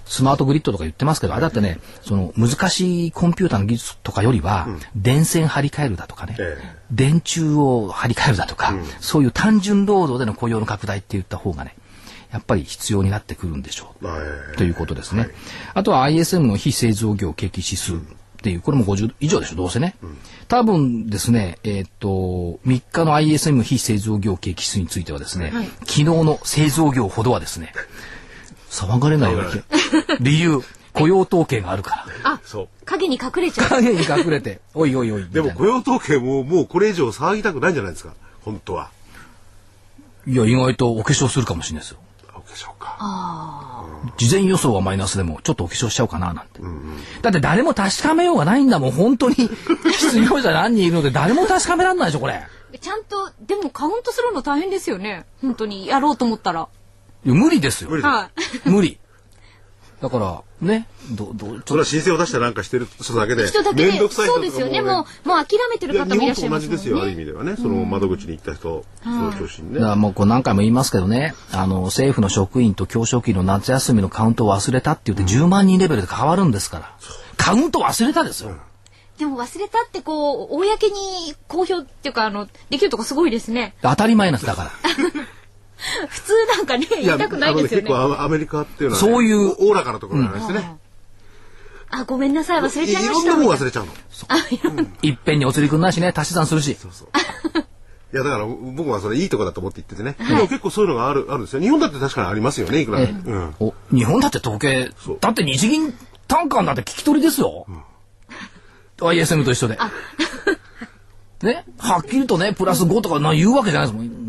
スマートグリッドとか言ってますけど、あれだってね、その難しいコンピューターの技術とかよりは、うん、電線張り替えるだとかね、ええ、電柱を張り替えるだとか、うん、そういう単純労働での雇用の拡大って言った方がね、やっぱり必要になってくるんでしょう、ええ、ということですね。はい、あとは アイエスエム の非製造業景気指数っていう、これもごじゅう以上でしょ、どうせね。うん、多分ですね、えー、っと、みっかの アイエスエム 非製造業景気指数についてはですね、はい、昨日の製造業ほどはですね、騒がれないような理由、雇用統計があるから。 あ、そう。影に隠れちゃう。 影に隠れて、おいおいおい。 でも雇用統計ももうこれ以上騒ぎたくないんじゃないですか、本当は。 いや、意外とお化粧するかもしれないですよ。 お化粧か。 ああ。事前予想はマイナスでも、ちょっとお化粧しちゃおうかな、なんて。うんうん、だって誰も確かめようがないんだもん、本当に。失業者何人いるので誰も確かめらんないでしょ、これ。 ちゃんと、でもカウントするの大変ですよね。本当に、やろうと思ったら。 いや無理ですよ。 無理です。 はい、 無理。だからね、どどそれは申請を出したなんかしてる人だけで人だけで面倒くさい人とかも、ね、そうですよね。もうもう諦めてる方もいらっしゃいますもんね。日本と同じですよ、ある意味ではね。その窓口に行った人、その教師にね。 だからもうこう何回も言いますけどね、あの政府の職員と教職員の夏休みのカウントを忘れたって言ってじゅうまんにんレベルで変わるんですから。カウント忘れたですよ。うん、 でも忘れたってこう公に公表っていうかあのできるとこすごいですね。 当たり前なんですだから。 普通なんかね言いたくないですよね。 結構アメリカっていうのは、 ね、そういうおおらかなところなんですね。 うん、あ、ごめんなさい忘れちゃいました。 いろんなもん忘れちゃうの。 うん、いっぺんにお釣りくんないしね、足し算するし。そうそう。 いやだから僕はそれいいとこだと思って言っててね。はい、でも結構そういうのがあるあるんですよ。日本だって確かにありますよね。いくら、うん、 お日本だって統計だって日銀単価だって聞き取りですよ。うん、アイエスエム と一緒で。ね、はっきりとねプラスごとかな言うわけじゃないですもん。うん、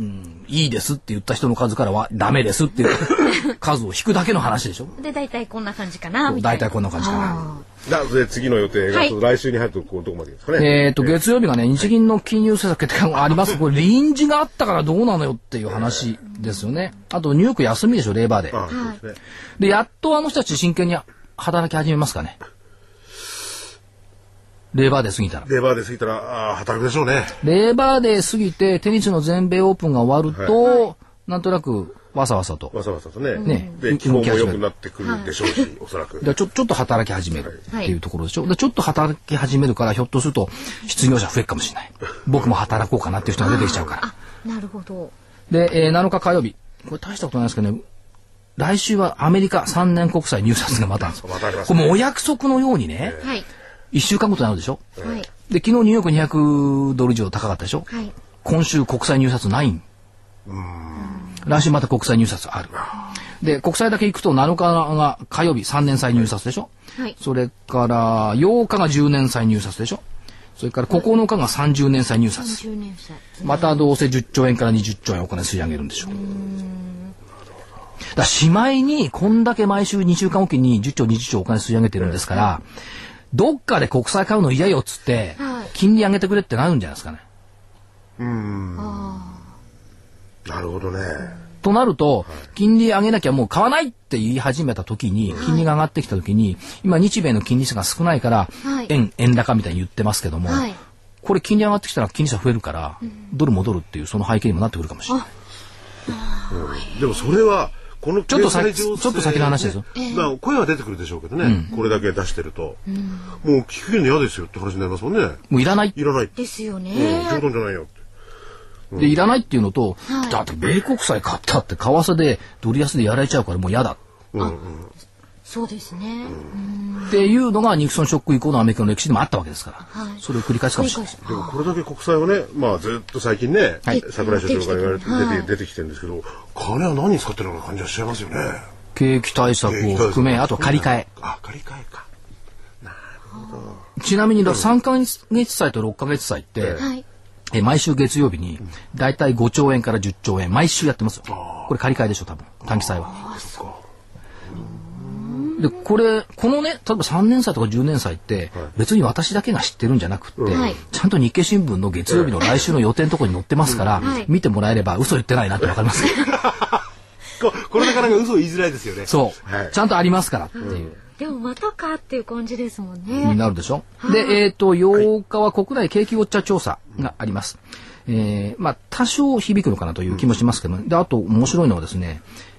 いいですって言った人の数からはダメですっていう数を引くだけの話でしょ。 で大体こんな感じかなみたいな。 大体こんな感じかな。 で次の予定が、はい、来週に入るとこうどこまでですかね。 えっと月曜日がね日銀の金融政策決定があります。これ臨時があったからどうなのよっていう話ですよね。あとニューヨーク休みでしょレーバーで。 ああで, ね、でやっとあの人たち真剣に働き始めますかね。レーバーデー過ぎたら。 レーバーデー過ぎたら、あ働くでしょうね。 レーバーデー過ぎて、テニスの全米オープンが終わると、はい、なんとなく、わさわさと。 わさわさとね。 ね。 で、気候も良くなってくるでしょうし、はい、おそらく。 でちょ、ちょっと働き始めるっていうところでしょ。でちょっと働き始めるから、ひょっとすると、失業者増えるかもしれない。僕も働こうかなっていう人が出てきちゃうから。 あ、なるほど。 で、えー、なのか火曜日。これ大したことないですけどね、来週はアメリカさんねん国債入札がまたあるんですよ。 またありますね。これもお約束のようにね、 はい。 いっしゅうかんごとになるでしょ。 はい。 で昨日ニューヨークにひゃくドル以上高かったでしょ、 はい、 今週国債入札ないん。来週また国債入札ある。で国債だけ行くとなのかが火曜日さんねん債入札でしょ、はい、それからようかがじゅうねん債入札でしょ、それからここのかがさんじゅうねん債入札、さんじゅうねん債またどうせじゅっちょうえんからにじゅっちょうえんお金吸い上げるんでしょう。だしまいにこんだけ毎週にしゅうかんおきにじゅっちょうにじゅっちょうお金吸い上げてるんですから、はい、どっかで国債買うの嫌よっつって、はい、金利上げてくれってなるんじゃないですかね。 うーん。なるほどね。 となると、はい、金利上げなきゃもう買わないって言い始めた時に、はい、金利が上がってきた時に、今日米の金利差が少ないから、はい、円円高みたいに言ってますけども、はい、これ金利上がってきたら金利差増えるから、うん、ドル戻るっていうその背景にもなってくるかもしれない。 うん、でもそれはこのちょっと先ちょっと先の話ですよ。 えー、まあ声は出てくるでしょうけどね、うん、これだけ出してると、うん、もう聞くの嫌ですよって話になりますもんね。 もういらない。 いらない。 ですよね。 うん、冗談じゃないよって。 うん、でいらないっていうのと、はい、だって米国債買ったって為替でドル安でやられちゃうからもう嫌だ。 うんうん、そうですね、 うん。っていうのがニクソンショック以降のアメリカの歴史でもあったわけですから、はい、それを繰り返すかもしれない。 でもこれだけ国債をね、まあずっと最近ね、はい、櫻井所長から言われて、はい、出て出てきてるんですけど、金は何に使ってるような感じはしちゃいますよね。 景気対策を含め、あと借り換え。 あ、借り換えか。なるほど。 ちなみにさんかげつ債とろっかげつ債って、はい、え毎週月曜日にだいたいごちょうえんからじゅっちょうえん毎週やってますよ。これ借り換えでしょ多分短期債は。でこれこのね例えばさんねん債とかじゅうねん債って別に私だけが知ってるんじゃなくって、はい、ちゃんと日経新聞の月曜日の来週の予定のところに載ってますから、はい、見てもらえれば嘘言ってないなってわかりますこ, これなかなか嘘言いづらいですよね。 そう、はい、ちゃんとありますからっていう、うん、 でもまたかっていう感じですもんね。 になるでしょ。でえっ、ー、とようかは国内景気ウォッチャー調査があります、えー、まあ多少響くのかなという気もしますけど、うん、であと面白いのはですね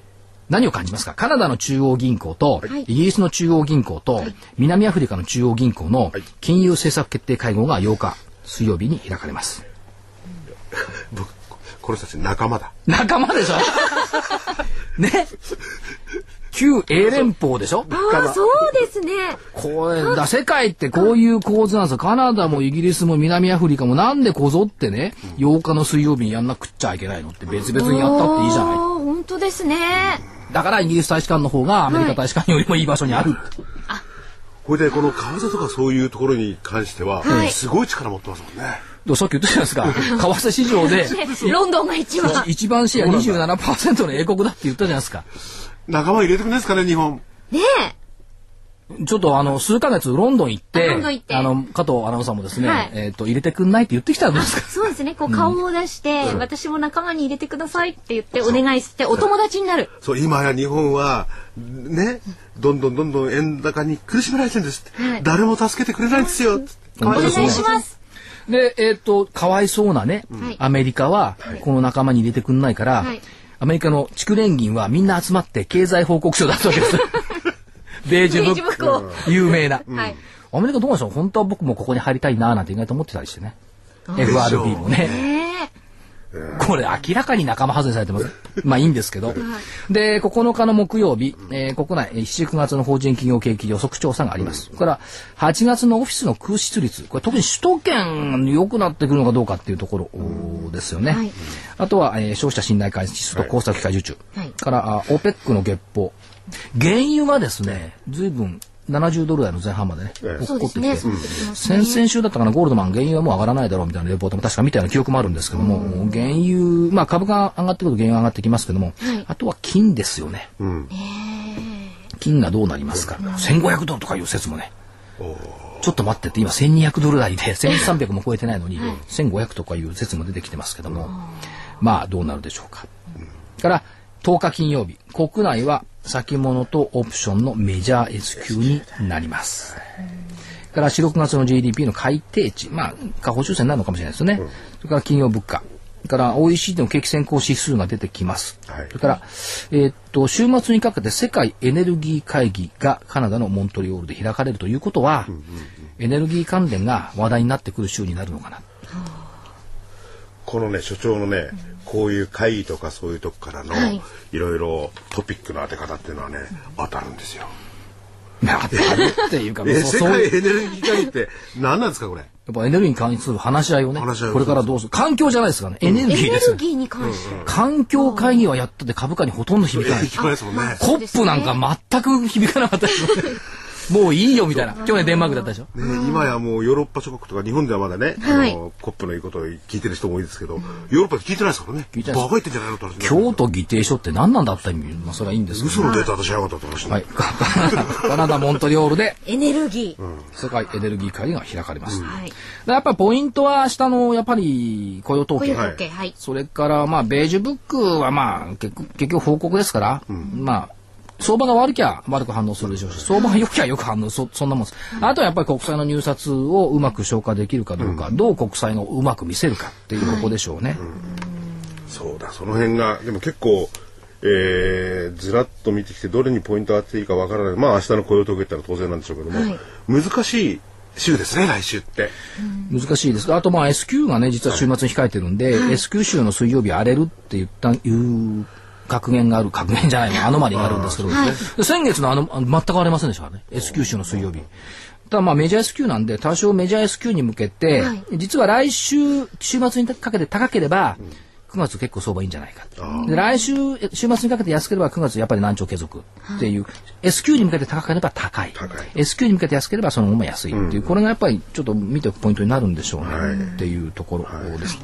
何を感じますか？カナダの中央銀行と、はい、イギリスの中央銀行と、はい、南アフリカの中央銀行の金融政策決定会合がようか水曜日に開かれます。 僕この人たち仲間だ。 仲間でしょね。旧英連邦でしょ。 ああ、そうですね。 これだ、世界ってこういう構図なんですよ。カナダもイギリスも南アフリカもなんでこぞってね、うん、ようかの水曜日にやんなくっちゃいけないのって別々にやったっていいじゃない。 本当ですね。 だからイギリス大使館の方がアメリカ大使館よりもいい場所にある。はい、 あ、これでこの為替とかそういうところに関しては、はい、すごい力持ってますもんね。 さっき言ったじゃないですか。為替市場でロンドンが一番一番シェア にじゅうななパーセント の英国だって言ったじゃないですか。 仲間入れてくれないですかね、日本。 ねえ。ちょっとあの数ヶ月ロンドン行って、 ロンドン行ってあの加藤アナウンサーもですね、はい、えっ、ー、と入れてくんないって言ってきたんですか。 そうですね。こう顔を出して、うん、私も仲間に入れてくださいって言ってお願いしてお友達になる。 そう、今や日本はね、どんどんどんどん円高に苦しめられてるんですって、はい、誰も助けてくれないんですよ。 お願いします。 で、えっ、ー、とかわいそうなね、うん、アメリカはこの仲間に入れてくんないから。はい、アメリカの地区連銀はみんな集まって経済報告書を出すわけです。ベージュブックを有名な、うん、アメリカどうなんでしょう。本当は僕もここに入りたいなーなんて意外と思ってたりしてね。エフアールビー もね。これ明らかに仲間外れされてます。まあいいんですけど。で、ここのかの木曜日、えー、国内しち、くがつの法人企業景気予測調査があります。それからはちがつのオフィスの空室率、これ特に首都圏良くなってくるのかどうかっていうところですよね。はい、あとは、えー、消費者信頼感指数と工作機械受注、はい、からあ オペック の月報、原油がですね、随分ななじゅうドル台の前半までね、落っこってきて、先々週だったかな、ゴールドマン原油はもう上がらないだろうみたいなレポートも確か見たような記憶もあるんですけども、うん、原油、まあ株が上がってくると原油上がってきますけども、はい、あとは金ですよね、うん、金がどうなりますか、うん、せんごひゃくドルとかいう説もね、ちょっと待ってって今せんにひゃくドル台でせんさんびゃくも超えてないのに、はい、せんごひゃくとかいう説も出てきてますけども、まあどうなるでしょうか。からとおか金曜日、国内は先物とオプションのメジャー S q になります。からよん、ろくがつの ジーディーピー の改定値、まあ下方修正になるのかもしれないですね。うん、それから企業物価、から オーイーシーディー の景気先行指数が出てきます。はい、それから、えー、っと週末にかけて世界エネルギー会議がカナダのモントリオールで開かれるということは、うんうんうん、エネルギー関連が話題になってくる週になるのかな。 このね所長のね、うん、こういう会議とかそういうとこからの、はい、いろいろトピックの当て方っていうのはね、当たるんですよ。 当たるっていうか、 え世界エネルギー会議って何なんですかこれ。 やっぱエネルギーに関する話し合いをね、これからどうする、環境じゃないですかね、エネルギーです。 エネルギーに関して、うん、 環境会議はやってて株価にほとんど響かない。 響かないですもんね。 コップなんか全く響かなかったですね。もういいよみたいな。去年デンマークだったでしょ。 ね、今やもうヨーロッパ諸国とか日本ではまだね、はい、あのコップの言うことを聞いてる人も多いですけど、うん、ヨーロッパで聞いてないですからね。聞いてない。バカ言ってんじゃないのって話。 京都議定書って何なんだった意味、まあそれはいいんですけど。 嘘のデータ出しやがったって話ね。はい。 カナダモントリオールでエネルギー、 うん、世界エネルギー会議が開かれます。うん、やっぱりポイントは下のやっぱり雇用統計、 はい、 それからまあベージュブックはまあ結局結局報告ですから、うん、まあ。相場が悪きゃ悪く反応するでしょうし、相場が良きゃよく反応する、そんなもんです。あとはやっぱり国債の入札をうまく消化できるかどうか、うん、どう国債のうまく見せるかっていうところでしょうね。はい、うん、 そうだ、その辺がでも結構、えー、ずらっと見てきてどれにポイントを当てていいかわからない。まあ明日の雇用統計ってのは当然なんでしょうけども、はい、難しい週ですね来週って。 難しいです。あとまあ エスキュー がね実は週末に控えてるんで、はい、エスキュー 週の水曜日荒れるって言った言う格言がある、格言じゃないの、アノマリがあるんですけど、はい、先月のあの全く割れませんでしたからね、エスキュー 週の水曜日。ただまあメジャー エスキュー なんで多少メジャー エスキュー に向けて、はい、実は来週週末にかけて高ければくがつ結構相場いいんじゃないか。で来週週末にかけて安ければくがつやっぱり難聴継続っていう、はい、エスキュー に向けて高ければ高い、高い エスキュー に向けて安ければそのまま安いっていう、うん、これがやっぱりちょっと見ておくポイントになるんでしょうね、はい、っていうところです。はい、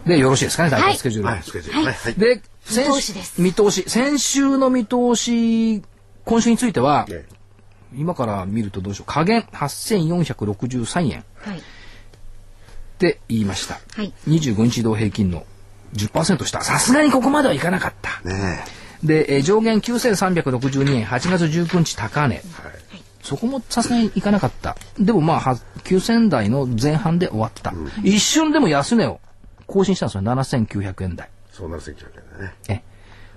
でよろしいですかね、大体スケジュール。 はい、スケジュール、はいはい、 で見通しです。 見通し。先週の見通し、今週については、ね、今から見るとどうでしょう。下限はっせんよんひゃくろくじゅうさんえん、はい、って言いました。はい、にじゅうごにち移動平均の じゅっパーセント 下。さすがにここまではいかなかった。ね、で、え上限きゅうせんさんびゃくろくじゅうにえん、はちがつじゅうくにち高値。はい、そこもさすがにいかなかった。でもまあ、きゅうせん台の前半で終わった。うん、一瞬でも安値を更新したんですよ。ななせんきゅうひゃくえん台。 そうななせんきゅうひゃくえんだね。え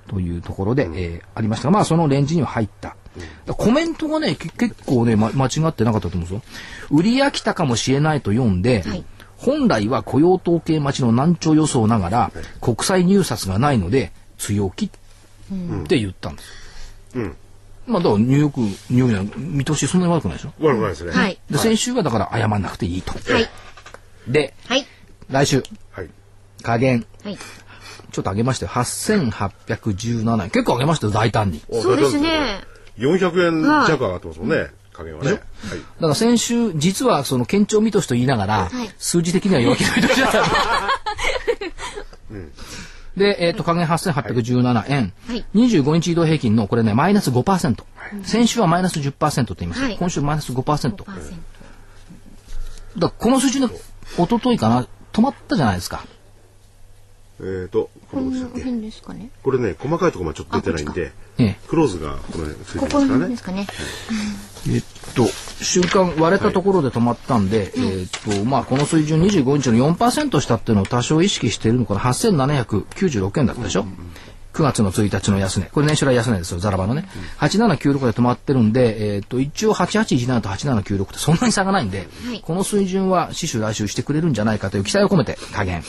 というところで、うん、えー、ありましたが、まあそのレンジには入った。うん、コメントがね、結構ね、ま、間違ってなかったと思うんですよ。売り飽きたかもしれないと読んで、はい、本来は雇用統計待ちの難聴予想ながら、国債入札がないので、強気って言ったんです。うん。まあだからニューヨーク、ニューヨークには見通しそんなに悪くないでしょ。 悪くないですね。 はい。 で、先週はだから謝んなくていいと。 はい。 で、 はい。 来週、 はい。 下限。 はい。 ちょっと上げましたよ。はっせんはっぴゃくじゅうななえん。結構上げましたよ、大胆に。 そうですね。 よんひゃくえん弱上がってますもんね。加減はね。はい。だから先週、実はその堅調見通しと言いながら、はい、数字的には弱気の見通しだった。うん。で、えっ、ー、と、下限はっせんはっぴゃくじゅうななえん。はい、にじゅうごにち移動平均の、これね、マイナス ごパーセント。はい、先週はマイナス じゅっパーセントと言いました。はい、今週マイナス ごパーセント。ごパーセント。だからこの数字の、一昨日かな、止まったじゃないですか。 えっ、ー、と、 この辺ですかね。 これね、細かいところまでちょっと出てないんで、ええ、クローズがこの辺ついてますからね。 ここですかね。 えっと、週間割れたところで止まったんで、はい、えっと、まあ、この水準にじゅうごにちの よんパーセント したっていうのを多少意識しているのかな。はっせんななひゃくきゅうじゅうろくえんだったでしょ。うんうん、くがつのついたちの安値。これ年初来安値ですよ、ザラバのね。うん、はちななきゅうろくで止まってるんで、えっと、一応はちはちいちななとはちななきゅうろくってそんなに差がないんで、はい、この水準は死守来週してくれるんじゃないかという期待を込めて加減。はい、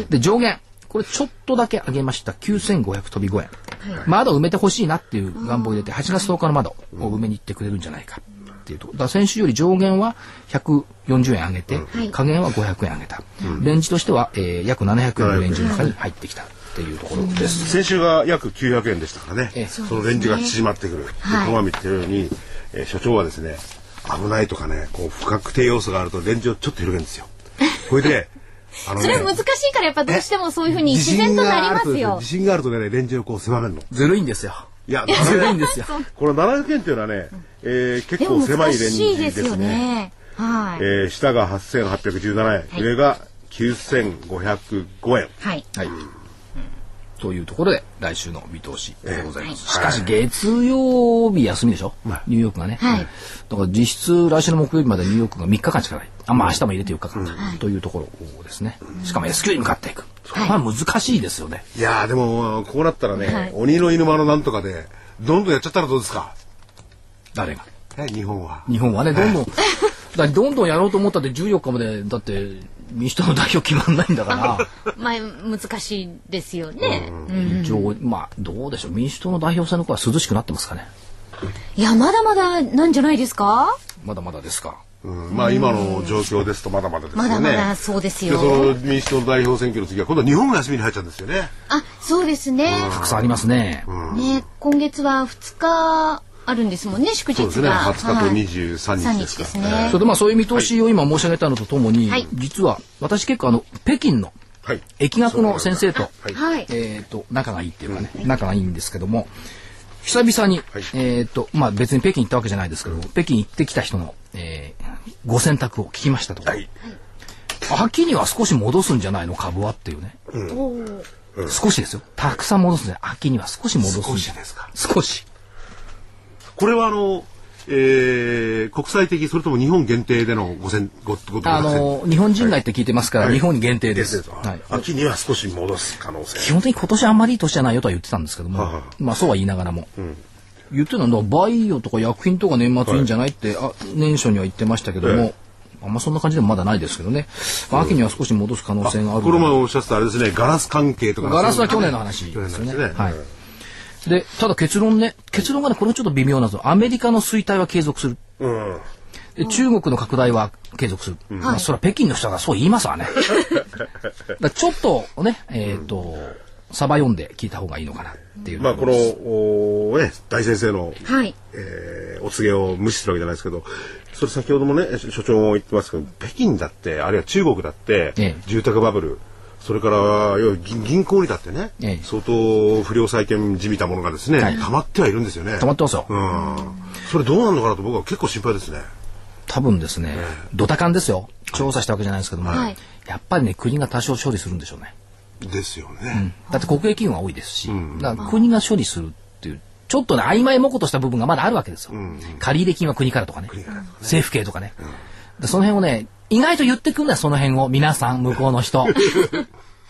で、上限。これちょっとだけ上げました。きゅうせんごひゃく飛びごえん。はい、窓を埋めてほしいなっていう願望を入れて、はちがつとおかの窓を埋めに行ってくれるんじゃないかっていうところ。だから先週より上限はひゃくよんじゅうえん上げて、はい、下限はごひゃくえん上げた。うん、レンジとしては、えー、約ななひゃくえんのレンジの中に入ってきたっていうところです。 先週が約きゅうひゃくえんでしたからね。ええ、そのレンジが縮まってくる。はい、このまま言ってるように、えー、所長はですね、危ないとかね、こう不確定要素があるとレンジをちょっと広げるんですよ。これで、 あのね、それ難しいからやっぱどうしてもそういうふうに自然となりますよ。 自信があるとね、レンジをこう狭めるの。 ずるいんですよ。 いや、 ずるいんですよ。 このななひゃくえんっていうのはね、えー、結構狭いレンジですね。すねはい。えー、下がはっせんはっぴゃくじゅうななえん、はい、上がきゅうせんごひゃくごえん。 はい。はい。というところで来週の見通しでございます。えー、しかし月曜日休みでしょ、はい、ニューヨークがね。はい。だから実質来週の木曜日までニューヨークがみっかかんしかない。あ、まあ明日も入れてよっかかん、うん、というところですね。しかも S q に向かっていく。はい、まあ難しいですよね。 いやーでもこうなったらね、はい、鬼の犬間のなんとかでどんどんやっちゃったらどうですか。 誰が？ え日本は。 日本はねどんどんだどんどんやろうと思ったってじゅうよっかまでだって民主党の代表決まんないんだから。 まあ難しいですよね。 うん、一応まあどうでしょう、民主党の代表選の子は涼しくなってますかね。 いやまだまだなんじゃないですか。 まだまだですか。 うん、まあ今の状況ですとまだまだですよね。 まだまだそうですよ。 でその民主党の代表選挙の次は今度は日本が休みに入っちゃうんですよね。 あ、そうですね。 たくさんありますね。 うん、ね、今月はふつかあるんですもんね、祝日が。そうですね。 はつかとにじゅうさんにちですか。 はい、ですね。 それでまあそういう見通しを今申し上げたのとともに、はい、実は私結構あの北京の疫学の先生と、はい、えっ、ー、と仲がいいっていうかね、うん、仲がいいんですけども。久々に、はい、えっ、ー、と、まあ別に北京行ったわけじゃないですけど、うん、北京行ってきた人の、えー、ご選択を聞きましたとか、はい、秋には少し戻すんじゃないの株はっていうね、うんうん、少しですよ、たくさん戻すんで秋には少し戻すん少しですか。 少しこれはあの、えー、国際的それとも日本限定でのご選ごごあの日本人外って聞いてますから、はい、日本限定です、 はい、秋には少し戻す可能性。 基本的に今年あんまりいい年じゃないよとは言ってたんですけども、ははまあそうは言いながらも、うん、言ってるのはバイオとか薬品とか年末いいんじゃないって、はい、あ年初には言ってましたけども、ええ、あんまそんな感じでもまだないですけどね、まあ、秋には少し戻す可能性がある。 これもおっしゃってたあれですね、ガラス関係とか。 ガラスは去年の話ですよね。はい。でただ結論ね、結論がねこれちょっと微妙なんですよ。アメリカの衰退は継続する、うん、で中国の拡大は継続する、うん、まあ、それは北京の人がそう言いますわね。だちょっとねえっ、ー、と、うん、サバ読んで聞いた方がいいのかなっていう。 まあこのお、ね、大先生の、はい、えー、お告げを無視するわけじゃないですけど、それ先ほどもね所長も言ってますけど、北京だってあるいは中国だって、ええ、住宅バブル、それから要は銀行にだってね、ええ、相当不良債権じみたものがですね、はい、溜まってはいるんですよね。 溜まってますよ。 うん。それどうなるのかなと僕は結構心配ですね。 多分ですね、ええ、ドタカンですよ。調査したわけじゃないですけども、はい、やっぱりね国が多少処理するんでしょうね。 ですよね。 うん、だって国営企業が多いですし、うん、だから国が処理するっていうちょっとね曖昧模糊とした部分がまだあるわけですよ。うんうん、借入金は国からとかね、からとかね、政府系とかね、うん、でその辺をね意外と言ってくんだよ、その辺を皆さん向こうの人。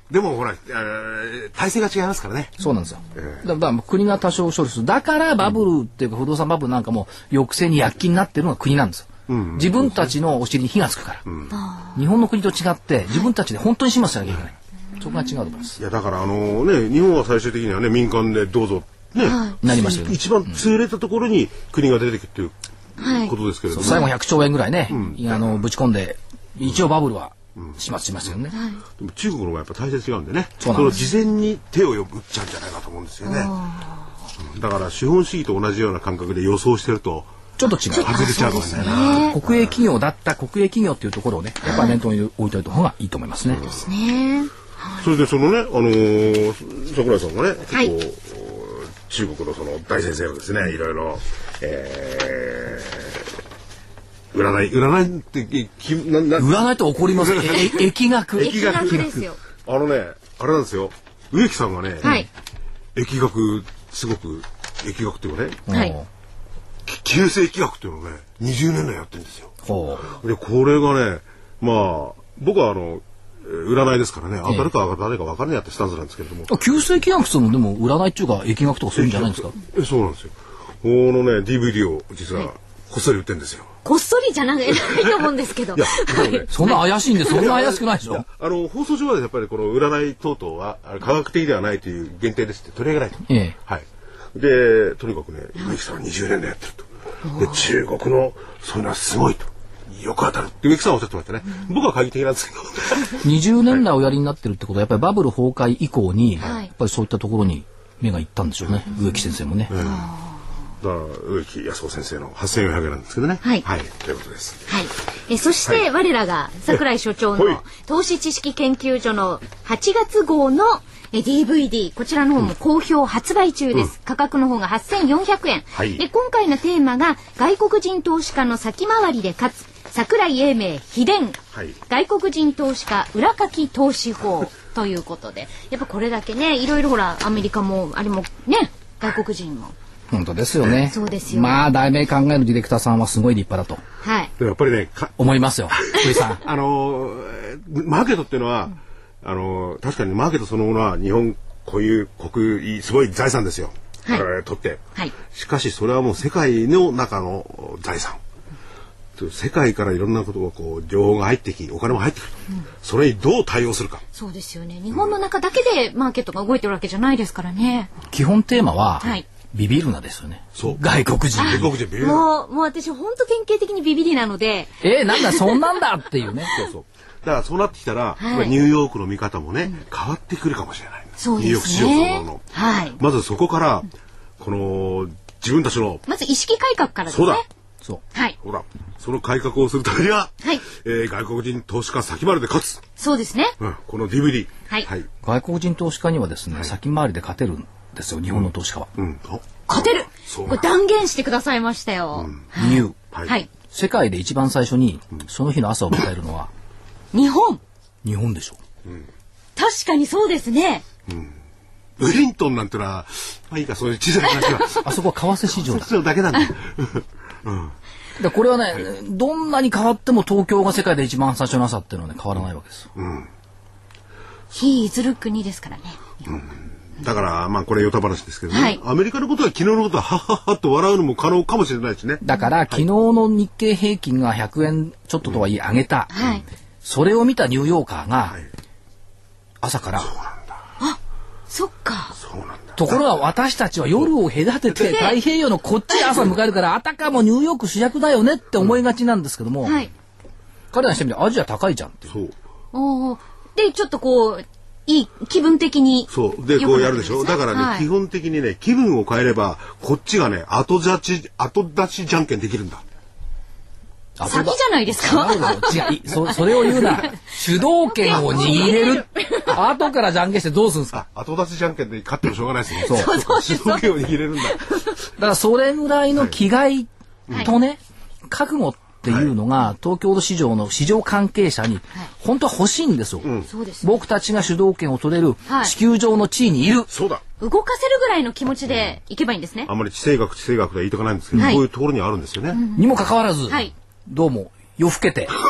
でもほら、えー、体制が違いますからね。 そうなんですよ。えー、だから国が多少処理する。だからバブルっていうか不動産バブルなんかも抑制に躍起になってるのが国なんですよ。うんうん、自分たちのお尻に火がつくから、うん、日本の国と違って自分たちで本当に始末しなきゃいけない。そこが違うと思います。 いやだからあのね、日本は最終的にはね民間でどうぞね、 はい、なりましたよね。 一番潰れたところに国が出てきてるっていうことですけれども、 はい、最後ひゃくちょうえんぐらいね、うん、あのぶち込んで一応バブルは始末しましたよね。うん、 でも中国の方がやっぱ体制違うんでね、その事前に手を打っちゃうんじゃないかと思うんですよね。うん、だから資本主義と同じような感覚で予想してるとちょっと違う。 外れちゃうかもしれないな。 国営企業だった国営企業っていうところをね、やっぱ念頭に置いておいた方がいいと思いますね。 そうですね。 それでそのね、あのー、櫻井さんがね、はい、結構中国のその大先生をですね、いろいろ、えー、占い占いってきなな占いって起こりますね。疫学疫学ですよ。 あのね、あれなんですよ。植木さんがね、はい、疫学すごく疫学っていうかね。はい。旧世紀学っていうのをねにじゅうねんだいやってるんですよ。でこれがね、まあ僕はあの占いですからね、当たるか当たらないか分からないやってスタンスなんですけれども、 旧世紀学ってのでも占いっていうか疫学とかそういうんじゃないんですか。 えそうなんですよ。このね ディーブイディー を実はこっそり売ってるんですよ。 こっそりじゃないと思うんですけど。いやね、そんな怪しいんでそんな怪しくないでしょ。 あの放送上はやっぱりこの占い等々は科学的ではないという限定ですって取り上げないと。ええ、はい。でとにかくね植木さんはにじゅうねんだいやってると。で中国のそういうのはすごいとよく当たるって植木さんはおっしゃってましたね。うん、僕は懐疑的なんですけどにじゅうねんだいおやりになってるってことはやっぱりバブル崩壊以降に、はい、やっぱりそういったところに目がいったんでしょうね、うん、植木先生もね。うん、だから植木康夫先生のはっせんよんひゃくえんなんですけどね。はい、はい、ということです。 はい、えそして、はい、我らが櫻井所長の投資知識研究所のはちがつ号のディーブイディー こちらの方も好評発売中です、うん、価格の方がはっせんよんひゃくえん、はい、で今回のテーマが外国人投資家の先回りで勝つ櫻井英明秘伝、はい、外国人投資家裏書き投資法ということでやっぱこれだけねいろいろほらアメリカもあれもね外国人も本当ですよね。 そうですよ。 まあ題名考えるディレクターさんはすごい立派だと、 はい、 やっぱりね思いますよ福井さん。 あのマーケットっていうのは、うんあの確かにマーケットそのものは日本こういう国すごい財産ですよ、はい、取って、はい、しかしそれはもう世界の中の財産、うん、世界からいろんなことがこう情報が入ってきお金も入ってくる、うん、それにどう対応するか。 そうですよね。日本の中だけでマーケットが動いてるわけじゃないですからね。 基本テーマは、はい、ビビるなですよね。そう外国人外国人ビビるな。 もうもう私本当典型的にビビりなのでえー、なんだそんなんだっていうねそうそうだからそうなってきたら、はい、ニューヨークの見方もね、うん、変わってくるかもしれない。 そうですね。 ニューヨーク市場そのものの、はい、まずそこからこの自分たちのまず意識改革からですね。 そうだ。 そう。 はい。 ほらその改革をするためには、はいえー、外国人投資家先回りで勝つ。 そうですね。 うん、この ディーブイディー、 はいはい。 外国人投資家にはですね、はい、先回りで勝てるんですよ日本の投資家は。うん。うん、 勝てる。これ断言してくださいましたよ。うんはい、理由、はい、はい。世界で一番最初にその日の朝を迎えるのは、 うん、日本。 日本でしょう、 うん、確かにそうですね、 うん、ウェリントンなんてのはまあいいかそういう小さな話はあそこは為替市場だそうだけなんだ、 うん、だこれはねどんなに変わっても東京が世界で一番最初の朝っていうのはね変わらないわけですよ、うん、 非いずる国ですからね、 うん、だからまあこれヨタ話ですけどね、はい、アメリカのことは昨日のことははっはっはっと笑うのも可能かもしれないしね。 だから昨日の日経平均がひゃくえんちょっととはいえ上げた、うんはいそれを見たニューヨーカーが朝から、はい、そうなんだあそっかそうなんだ。 ところが私たちは夜を隔てて太平洋のこっち朝迎えるからあたかもニューヨーク主役だよねって思いがちなんですけども、うんはい、彼らにしてみてアジア高いじゃんってそうおでちょっとこういい気分的にそうでこうやるでしょ。だからね、はい、基本的にね気分を変えればこっちがね後立ち後出しじゃんけんできるんだ。 先じゃないですか。 違う そ, それを言うな主導権を握れる後からじゃんけんしてどうするんですか。 後出しじゃんけんで勝ってもしょうがないですね。 そうそう主導権を握れるんだ。だからそれぐらいの気概とね、はい、覚悟っていうのが、はい、東京の市場の市場関係者に本当は欲しいんですよ、うん、僕たちが主導権を取れる地球上の地位にいる、はい、 そうだ動かせるぐらいの気持ちでいけばいいんですね。 あんまり地政学地政学では言いたくないんですけど、はい、こういうところにあるんですよね、 うん、にもかかわらず、はいどうも夜更けて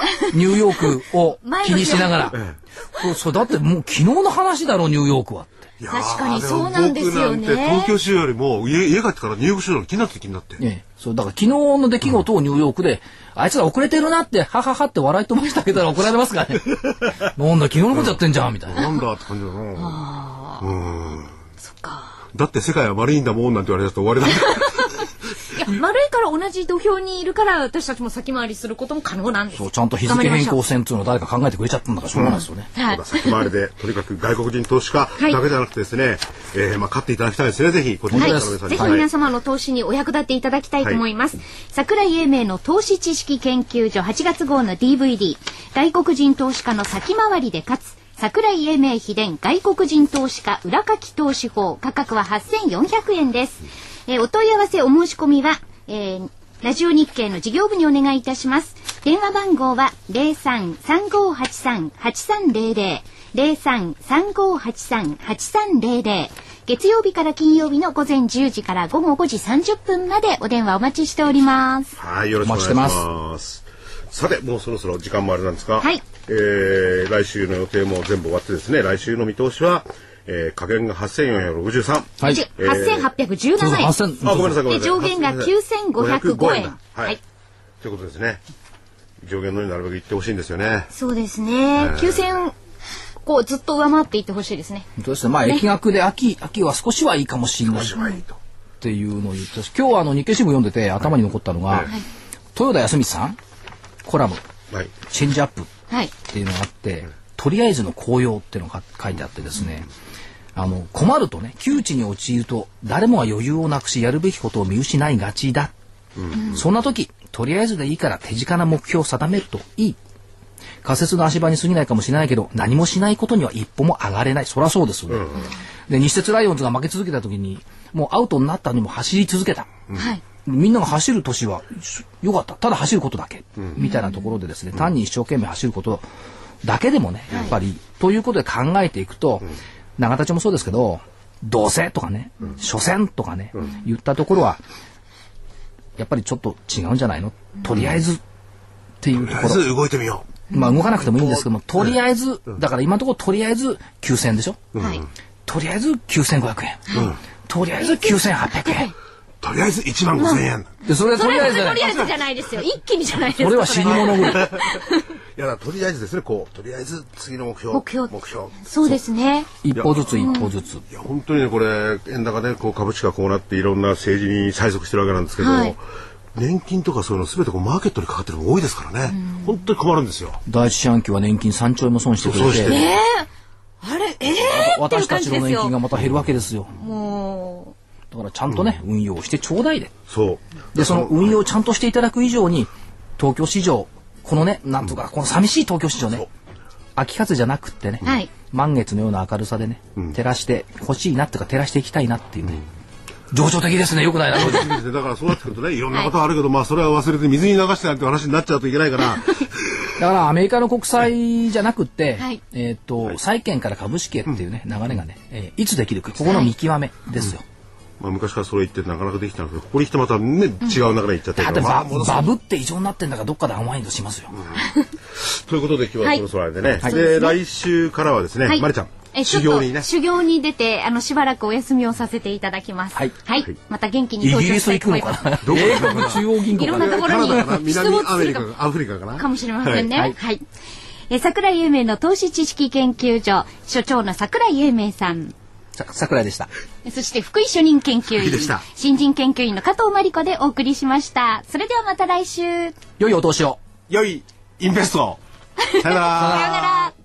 ニューヨークを気にしながら。そうだってもう昨日の話だろニューヨークは。 確かにそうなんですよね。 東京市よりも家家帰ってからニューヨーク市の気になって気になって。 ええ、そうだから昨日の出来事をニューヨークで、うん、あいつら遅れてるなってはははって笑い飛ばしてあげたら怒られますからね。なんだ昨日のことやってんじゃんみたいな。 なんだって感じだな。あうん。そっか。だって世界は丸いんだもんなんて言われたと終わりだ。 いや丸いから同じ土俵にいるから私たちも先回りすることも可能なんです。 そうちゃんと日付変更線っていうのを誰か考えてくれちゃったんだからしょうがないですよね。 うん、はい。 先回りでとにかく外国人投資家だけじゃなくてですね、はい、えー、まあ買っていただきたいですねぜひこちらの皆さんに、 はい、ぜひ皆様の投資にお役立ていただきたいと思います。はい、桜井英明の投資知識研究所はちがつ号の ディーブイディー 外国人投資家の先回りで勝つ桜井英明秘伝外国人投資家裏書き投資法価格ははっせんよんひゃくえんです。えー、お問い合わせお申し込みはえー、ラジオ日経の事業部にお願いいたします。電話番号は ゼロさん さんごはちさん はちさんゼロゼロ ゼロさん さんごはちさん はちさんゼロゼロ月曜日から金曜日の午前じゅうじから午後ごじさんじゅっぷんまでお電話お待ちしております。 はい、よろしくお願いします。さてもうそろそろ時間もあれなんですが、 はい、 えー、来週の予定も全部終わってですね来週の見通しはえー、下限がはっせんよんひゃくろくじゅうさん、 はい、えー、はっせんはっぴゃくじゅうななえん、 あ、ごめんなさいごめんなさい、 上限がきゅうせんごひゃくごえん、はい、 はい、ということですね。上限のようになるべくいってほしいんですよね。 そうですね、えー、きゅうせんこうずっと上回っていってほしいですね。 本当ですね。まあ、ね、疫学で秋秋は少しはいいかもしれない少しはいいとっていうのを言ってし、今日はあの日経新聞読んでて頭に残ったのが、はい、豊田康光さんコラム、はい、チェンジアップっていうのがあって、はい、とりあえずの紅葉っていうのが書いてあってですね、うん、あの困るとね窮地に陥ると誰もが余裕をなくしやるべきことを見失いがちだ、うん、そんな時とりあえずでいいから手近な目標を定めるといい。仮説の足場に過ぎないかもしれないけど何もしないことには一歩も上がれない。そりゃそうですよね、うん、で西鉄ライオンズが負け続けた時にもうアウトになったのにも走り続けた、うん、みんなが走る年はよかった。ただ走ることだけ、うん、みたいなところでですね、単に一生懸命走ることだけでもねやっぱり、はい、ということで考えていくと、うん、永田町もそうですけどどうせとかね、うん、所詮とかね、うん、言ったところはやっぱりちょっと違うんじゃないの、うん、とりあえずっていうところ、 とりあえず動いてみよう。 まあ動かなくてもいいんですけども、とりあえず、うん、だから今のところとりあえずきゅうせんでしょ、うん、とりあえずきゅうせんごひゃくえん、うん、とりあえずきゅうせんはっぴゃくえん、 とりあえずいちまんごせんえん、 でそれはとりあえずじゃない、 とりあえずじゃないですよ、一気にじゃないですか。 それは死に物狂い。 いやとりあえずですね、こうとりあえず次の目標目標目標そうですね、 一歩ずつ一歩ずつ、 いや本当にねこれ円高でこう株式がこうなっていろんな政治に催促してるわけなんですけど、はい、年金とかそういうのすべてこうマーケットにかかってるのが多いですからね、本当に困るんですよ。 第一四半期は年金さんちょうえんも損してくれて、 ねえあれええー、 私たちの年金がまた減るわけですよ。もうだからちゃんとね、うん、運用してちょうだいで、 そうでその運用をちゃんとしていただく以上に東京市場このねなんとか、うん、この寂しい東京市場ね秋風じゃなくってね、うん、満月のような明るさでね、うん、照らしてほしいなっていうか照らしていきたいなっていうね、うん、情緒的ですね。よくないな。 だからそうなってくるとねいろんなことあるけど、はい、まあそれは忘れて水に流してなんて話になっちゃうといけないから。 だからアメリカの国債じゃなくって、はい、えっと、はい、債券から株式へっていうね、うん、流れがね、えー、いつできるかここの見極めですよ。はい、 うん、まあ、昔からそれ言ってなかなかできたんですけどここに来てまたね、うん、違う流れに行っちゃってるから、 まあ、バブって異常になってんだからどっかでアンワインドしますよ。 うん、ということで今日はそろそろあれでね、はい、で来週からはですね、はい、まりちゃんえ修行にね修行に出てあのしばらくお休みをさせていただきます。はい、はいはい、また元気に登場したいと思います。 どこかな中央銀行いろんなところに南アメリカかアフリカかなかもしれませんね。はい、はい、え桜井英明の投資知識研究所所長の桜井英明さん、 桜井でした。 そして福井主任研究員新人研究員の加藤真理子でお送りしました。それではまた来週。 良いお年を。 良いインベストを。さよなら。 さよなら。